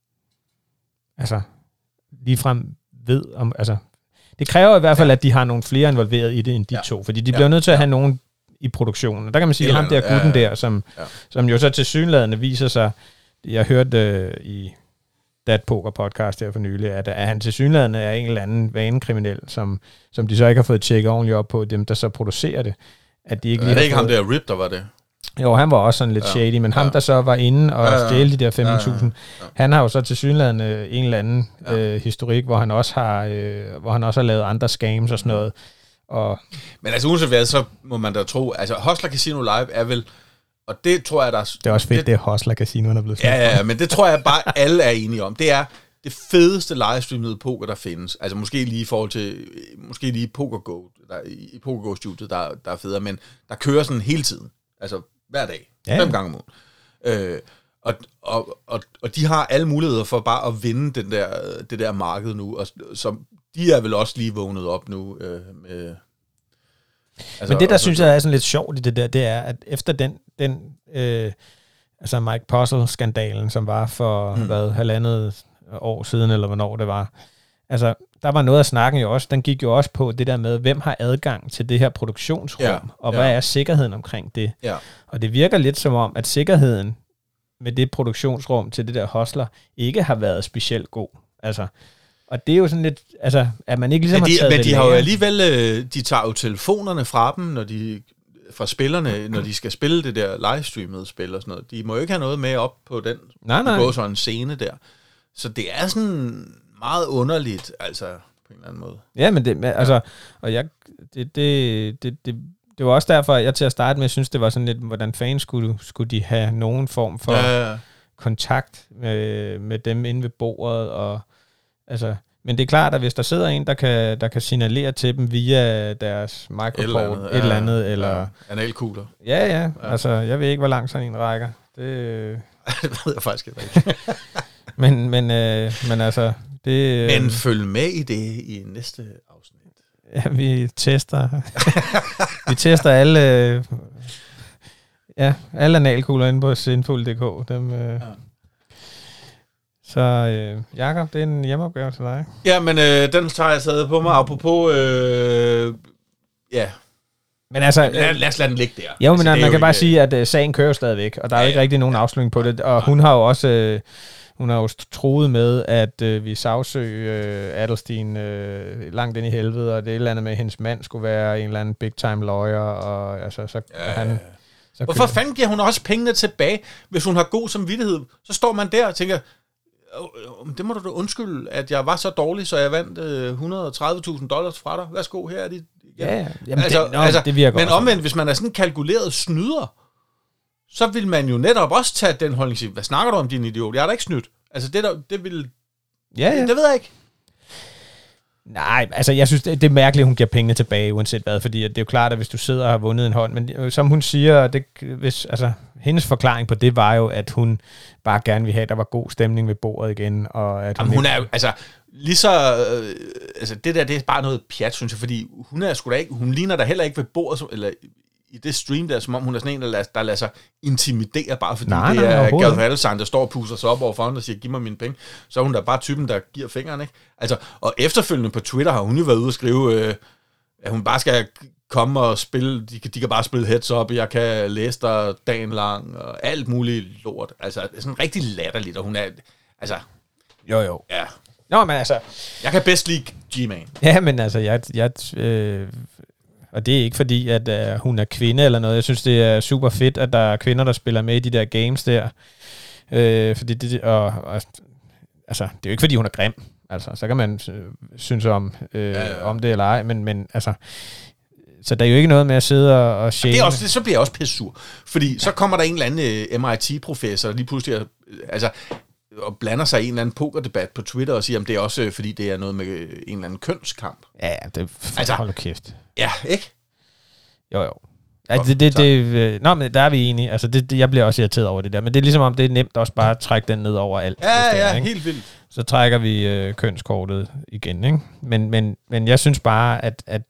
altså ligefrem ved om, altså det kræver i hvert fald, ja. At de har nogle flere involveret i det end de ja. to, fordi de bliver ja. nødt til at have ja. nogen i produktionen. Og der kan man sige, at ham der gutten ja, ja. der, som, ja. som jo så tilsyneladende viser sig, jeg hørte øh, i Dat Poker podcast her for nylig, at, at han tilsyneladende er en eller anden vanekriminel, som, som de så ikke har fået tjekket ordentligt op på, dem der så producerer det. At de ikke ja, lige er det ikke fået... ham der Rip, der var det? Jo, han var også sådan lidt ja. shady, men ham, ja. der så var inde og ja, ja. stjæle de der femten tusind, ja, ja. han har jo så tilsyneladende en eller anden ja. øh, historik, hvor han også har øh, hvor han også har lavet andre scams og sådan noget. Og men altså uanset hvad, så må man da tro, altså Hustler Casino Live er vel, og det tror jeg, der er... Det er også fedt, det, det er Hustler Casino, der er blevet ja, ja, ja, men det tror jeg bare, alle er enige om. Det er det fedeste livestreamede poker, der findes. Altså måske lige i forhold til, måske lige PokerGo, der, i PokerGo-studiet, der, der er federe, men der kører sådan hele tiden. Altså hver dag, ja. fem gange om ugen. Øh, Og, og, og, og de har alle muligheder for bare at vinde den der, det der marked nu, og som de er vel også lige vågnet op nu. Øh, med, altså, Men det, der synes jeg er sådan lidt sjovt i det der, det er, at efter den, den øh, altså Mike Puzzle-skandalen, som var for, hmm. hvad, halvandet år siden, eller hvornår det var, altså, der var noget af snakken jo også, den gik jo også på det der med, hvem har adgang til det her produktionsrum, ja, og hvad ja. er sikkerheden omkring det? Ja. Og det virker lidt som om, at sikkerheden med det produktionsrum til det der hostler, ikke har været specielt god. Altså, og det er jo sådan lidt, altså, at man ikke ligesom men de, har taget men det de har jo længere. alligevel, de tager jo telefonerne fra dem, når de, fra spillerne, når de skal spille det der livestreamede spil og sådan noget. De må jo ikke have noget med op på den, nej, nej. gå sådan en scene der. Så det er sådan meget underligt, altså, på en eller anden måde. Ja, men det, altså, og jeg, det, det, det, det, det var også derfor, at jeg til at starte med, synes det var sådan lidt, hvordan fanden skulle, skulle de have nogen form for ja, ja. kontakt med, med dem inde ved bordet, og altså, men det er klart, at hvis der sidder en, der kan, der kan signalere til dem via deres microport, et eller andet, et eller, andet, ja, eller ja, analkugler. Ja, ja, ja, altså, jeg ved ikke, hvor langt sådan en rækker. Det, det ved jeg faktisk ikke. men, men, øh, men altså, det... Men følg med i det i næste afsnit. Ja, vi tester. vi tester alle, øh, ja, alle analkugler inde på Sinful punktum d k. Dem, øh, ja. Så øh, Jakob, det er en hjemmeopgave til dig. Ja, men øh, den tager jeg stadig på mig. Apropos, øh, ja. Men altså, lad, lad os lade den ligge der. Jo, men altså, man kan bare ikke, sige, at uh, sagen kører stadigvæk, og der er ja, ikke rigtig nogen afslutning på det. Og hun har jo også, øh, hun har jo troet med, at øh, vi sagsøger øh, Adelstein øh, langt ind i helvede, og det er et eller andet med, at hendes mand skulle være en eller anden big time lawyer, og altså, så ja, han... Så hvorfor fanden giver hun også pengene tilbage, hvis hun har god samvittighed? Så står man der og tænker, det må du da undskylde, at jeg var så dårlig, så jeg vandt øh, et hundrede og tredive tusind dollars fra dig. Værsgo, her er de. Ja, ja. Jamen altså, det, no, altså, det virker men også. omvendt, hvis man er sådan kalkuleret snyder, så vil man jo netop også tage den holdning og sige, hvad snakker du om, din idiot? Jeg er da ikke snydt. Altså, det, der, det vil... Ja, ja. Det, det ved jeg ikke. Nej, altså jeg synes, det, det er mærkeligt, at hun giver pengene tilbage, uanset hvad, fordi det er jo klart, at hvis du sidder og har vundet en hånd, men øh, som hun siger, det, hvis, altså, hendes forklaring på det var jo, at hun bare gerne ville have, at der var god stemning ved bordet igen, og at hun, Jamen, hun er jo, altså, lige så, øh, altså det der, det er bare noget pjat, synes jeg, fordi hun er sgu da ikke, hun ligner der heller ikke ved bordet, eller i det stream der, som om hun er sådan en, der lader, der lader sig intimidere, bare fordi nej, det er Gareth Adelstein, der står og puster sig op over for hende og siger, giv mig mine penge. Så er hun da bare typen, der giver fingeren, ikke? Altså, og efterfølgende på Twitter har hun jo været ude og skrive, øh, at hun bare skal komme og spille, de, de kan bare spille heads up, jeg kan læse dig dagen lang, og alt muligt lort. Altså, det er sådan rigtig latterligt, og hun er, altså... Jo, jo. Ja. Nå, men altså... Jeg kan bedst lide G-Man. Ja, men altså, jeg... jeg øh og det er ikke fordi, at uh, hun er kvinde eller noget. Jeg synes, det er super fedt, at der er kvinder, der spiller med i de der games der. Øh, fordi det, og, og, altså, det er jo ikke fordi, hun er grim. Altså, så kan man øh, synes om, øh, ja, ja. om det eller ej. Men, men altså, så der er jo ikke noget med at sidde og, og shame. Det er også, det, så bliver jeg også pisse sur. Fordi så kommer der en eller anden uh, M I T-professor, lige pludselig uh, altså, og blander sig i en eller anden pokerdebat på Twitter og siger, at det er også uh, fordi, det er noget med uh, en eller anden kønskamp. Ja, det altså, hold kæft. Ja, ikke? Jo, jo. Ja, det, det, det, nå, men der er vi enige. Altså, det, det, jeg bliver også irriteret over det der. Men det er ligesom om, det er nemt også bare at trække den ned over alt. Ja, ja, er, helt vildt. Så trækker vi øh, kønskortet igen, ikke? Men, men, men jeg synes bare, at, at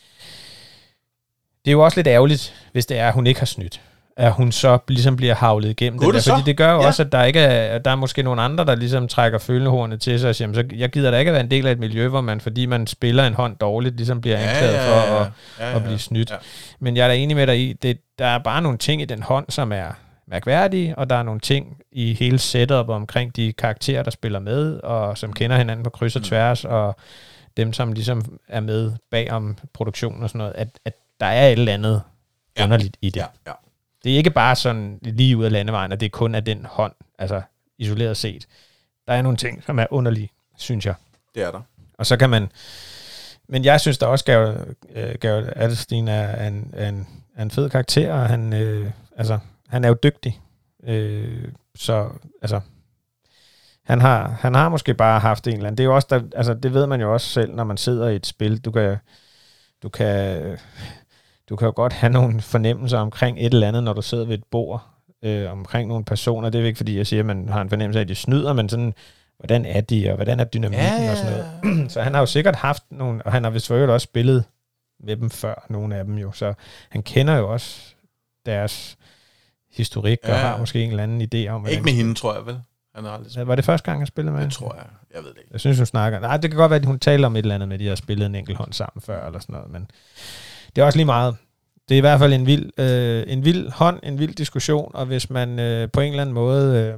det er jo også lidt ærgerligt, hvis det er, at hun ikke har snydt. At hun så ligesom bliver havlet igennem det, det der. Fordi det gør jo ja. også, at der ikke er, der er måske nogle andre, der ligesom trækker følehornet til sig og siger, så jeg gider da ikke at være en del af et miljø, hvor man, fordi man spiller en hånd dårligt, ligesom bliver anklaget ja, ja, ja, ja. for at, ja, ja. at blive snydt. Ja. Men jeg er da enig med dig i, det, der er bare nogle ting i den hånd, som er mærkværdige, og der er nogle ting i hele setup omkring de karakterer, der spiller med, og som kender hinanden på kryds og tværs, mm. og dem, som ligesom er med bag om produktionen og sådan noget, at, at der er et eller andet ja. underligt i det. Ja, ja. Det er ikke bare sådan lige ud af landevejen, og det er kun af den hånd, altså isoleret set. Der er nogle ting, som er underlige, synes jeg. Det er der. Og så kan man... Men jeg synes da også, at Gareth Adelstein er en, en, en fed karakter, og han, øh, altså, han er jo dygtig. Øh, så altså... Han har, han har måske bare haft en eller anden... Det er jo også, der, altså, det ved man jo også selv, når man sidder i et spil. Du kan... Du kan Du kan jo godt have nogle fornemmelser omkring et eller andet, når du sidder ved et bord. øh, omkring nogle personer. Det er ikke, fordi jeg siger, at man har en fornemmelse af, at de snyder, men sådan, hvordan er de, og hvordan er dynamikken ja, ja, ja. og sådan noget. Så han har jo sikkert haft nogle, og han har vist også spillet med dem før, nogle af dem jo, så han kender jo også deres historik, ja, og har måske en eller anden idé om... Ikke med hende, tror jeg vel. Han har aldrig... Var det første gang, han spillede med? Det tror jeg. Jeg ved det ikke. Jeg synes, hun snakker... Nej, det kan godt være, at hun taler om et eller andet med, de har spillet en enkelt hånd sammen før, eller sådan noget, men det er også lige meget. Det er i hvert fald en vild, øh, en vild hånd, en vild diskussion, og hvis man øh, på en eller anden måde øh,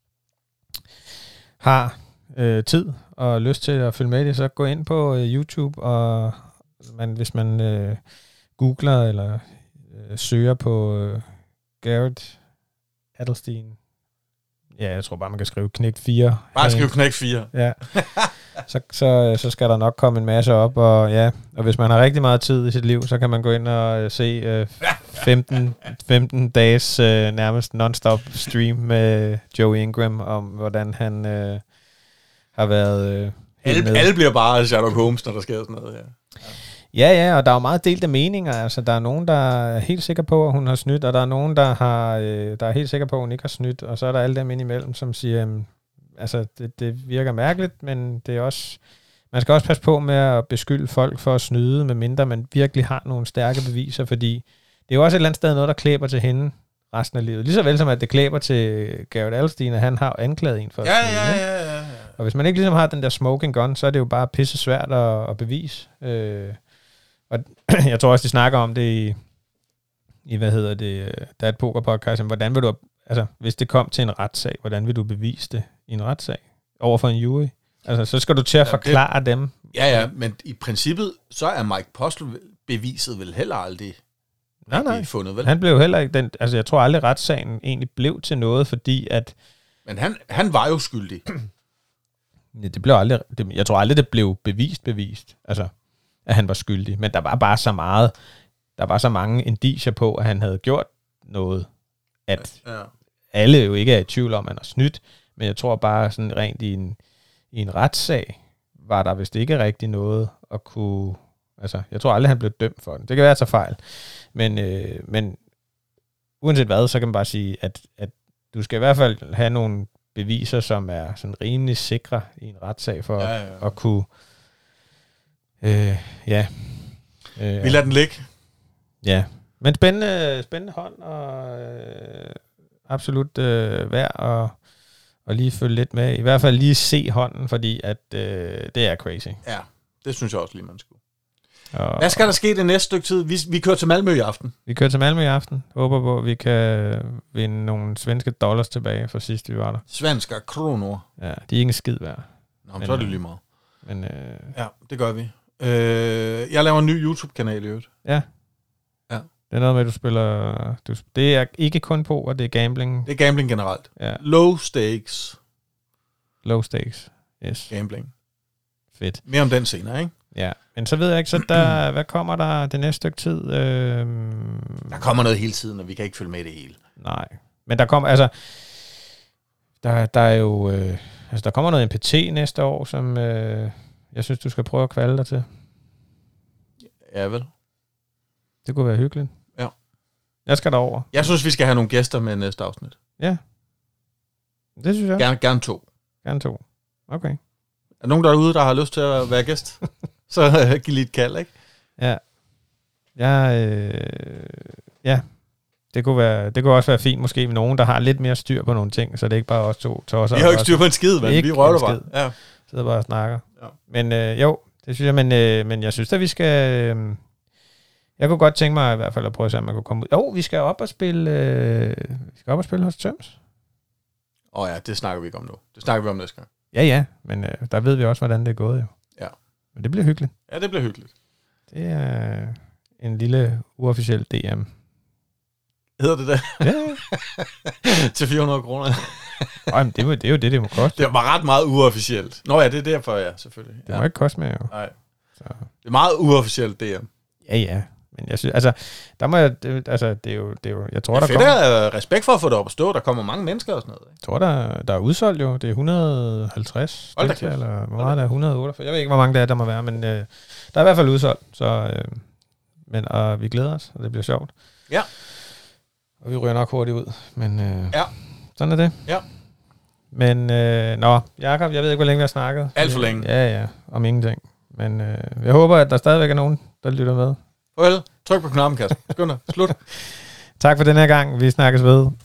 har øh, tid og lyst til at følge med det, så gå ind på øh, YouTube, og man, hvis man øh, googler eller øh, søger på øh, Garrett Adelstein. Ja, jeg tror bare, man kan skrive knægt fire. Bare skrive knægt fire. Ja. Så, så, så skal der nok komme en masse op, og ja, og hvis man har rigtig meget tid i sit liv, så kan man gå ind og se øh, femten, femten dages øh, nærmest non-stop stream med Joey Ingram, om hvordan han øh, har været... Øh, alle, alle bliver bare Sherlock Holmes, når der sker sådan noget, ja. Ja, ja, og der er jo meget delte meninger. Altså, der er nogen, der er helt sikre på, at hun har snydt, og der er nogen, der, har, øh, der er helt sikre på, at hun ikke har snydt, og så er der alle dem indimellem, som siger, øh, altså, det, det virker mærkeligt, men det er også, man skal også passe på med at beskylde folk for at snyde, medmindre man virkelig har nogle stærke beviser, fordi det er jo også et eller andet sted noget, der klæber til hende resten af livet. Lige så vel som, at det klæber til Garrett Adelstein, at han har anklaget en for at ja, snyde. Ja, ja, ja, ja. Og hvis man ikke ligesom har den der smoking gun, så er det jo bare pisse svært at, at bevise. Øh, Og jeg tror også, de snakker om det i, i hvad hedder det, der er et pokerpodcast, hvordan vil du, altså hvis det kom til en retssag, hvordan vil du bevise det i en retssag over for en jury? Altså, så skal du til at forklare ja, det, dem. Ja, ja, men i princippet, så er Mike Postle beviset vel heller aldrig nej, nej. fundet, vel? Han blev heller ikke, den, altså jeg tror aldrig retssagen egentlig blev til noget, fordi at... Men han, han var jo skyldig. Ja, det blev aldrig, det, jeg tror aldrig, det blev bevist, bevist, altså... at han var skyldig, men der var bare så meget, der var så mange indicier på, at han havde gjort noget, at ja. alle jo ikke er i tvivl om, at han har snydt, men jeg tror bare sådan rent i en, i en retssag, var der vist ikke rigtig noget at kunne, altså jeg tror aldrig, han blev dømt for det. Det kan være, at jeg tager fejl, men, øh, men uanset hvad, så kan man bare sige, at, at du skal i hvert fald have nogle beviser, som er sådan rimelig sikre i en retssag, for ja, ja, ja. at kunne Øh, ja. Øh, Vi lader den ligge. Ja. Men spændende, spændende hånd, og øh, absolut øh, værd at, at lige følge lidt med. I hvert fald lige se hånden, fordi at øh, det er crazy. Ja, det synes jeg også lige, man skulle. Og, hvad skal der ske det næste stykke tid? Vi, vi kører til Malmø i aften. Vi kører til Malmø i aften. Håber på, at vi kan vinde nogle svenske dollars tilbage fra sidst, vi var der. Svensker kronor. Ja, de er ikke en skid værd. Nå, men, men så er det lige meget. Men, øh, ja, det gør vi. Øh, jeg laver en ny YouTube-kanal i øvrigt. Ja. Ja. Det er noget med, at du spiller... Du, det er ikke kun på, og det er gambling. Det er gambling generelt. Ja. Low stakes. Low stakes, yes. Gambling. Fedt. Mere om den senere, ikke? Ja, men så ved jeg ikke, så der, hvad kommer der det næste stykke tid? Øhm, der kommer noget hele tiden, og vi kan ikke følge med det hele. Nej, men der kommer, altså... Der, der er jo... Øh, altså, der kommer noget N P T næste år, som... Øh, jeg synes, du skal prøve at kvalde dig til. Ja, vel. Det kunne være hyggeligt. Ja. Jeg skal derover. Jeg synes, vi skal have nogle gæster med næste afsnit. Ja. Det synes jeg. Gerne, gerne to. Gerne to. Okay. Er der nogen derude, der har lyst til at være gæst? Så giv lige et kald, ikke? Ja. Ja, øh, ja. Det kunne, være, det kunne også være fint måske med nogen, der har lidt mere styr på nogle ting, så det er ikke bare os to tosser. Vi har jo ikke styr på en skid, men vi røvler bare. Ja. Sidder bare og snakker. Ja. Men øh, jo, det synes jeg, men, øh, men jeg synes at vi skal... Øh, jeg kunne godt tænke mig i hvert fald at prøve at se, om man kunne komme ud. Jo, vi skal op og spille... Øh, vi skal op og spille hos Tøms. Åh oh ja, det snakker vi ikke om nu. Det snakker vi om næste gang. Ja, ja, men øh, der ved vi også, hvordan det er gået jo. Ja. Men det bliver hyggeligt. Ja, det bliver hyggeligt. Det er en lille uofficiel D M. Hedder det det? Ja. Til fire hundrede kroner. Nej, men det, må, det er jo det, det må koste. Det var ret meget uofficielt. Nå ja, det er derfor, ja, selvfølgelig. Det ja. må ikke koste mere jo. Nej. Så. Det er meget uofficielt, D M. Ja, ja. Men jeg synes, altså, der må jeg, det, altså, det er jo, det er jo, jeg tror, det er der fedt, kommer... Der er respekt for at få det op at stå. Der kommer mange mennesker og sådan noget. Jeg tror, der, der er udsolgt jo. Det er et hundrede og halvtreds stykker, eller hvor meget der er? et hundrede og otteogfyrre. Jeg ved ikke, hvor mange der er, der må være, men øh, der er i hvert fald udsolgt. Så, øh, men og vi glæder os, og det bliver sjovt. Ja. Og vi ryger nok hurtigt ud. Men øh, ja. sådan er det. Ja. Men, øh, nå, Jakob, jeg ved ikke, hvor længe vi har snakket. Alt for længe. Ja, ja, om ingenting. Men øh, jeg håber, at der stadigvæk er nogen, der lytter med. Farvel. Tryk på knappen, Kasper. Skynd dig. Slut. Tak for den her gang. Vi snakkes ved.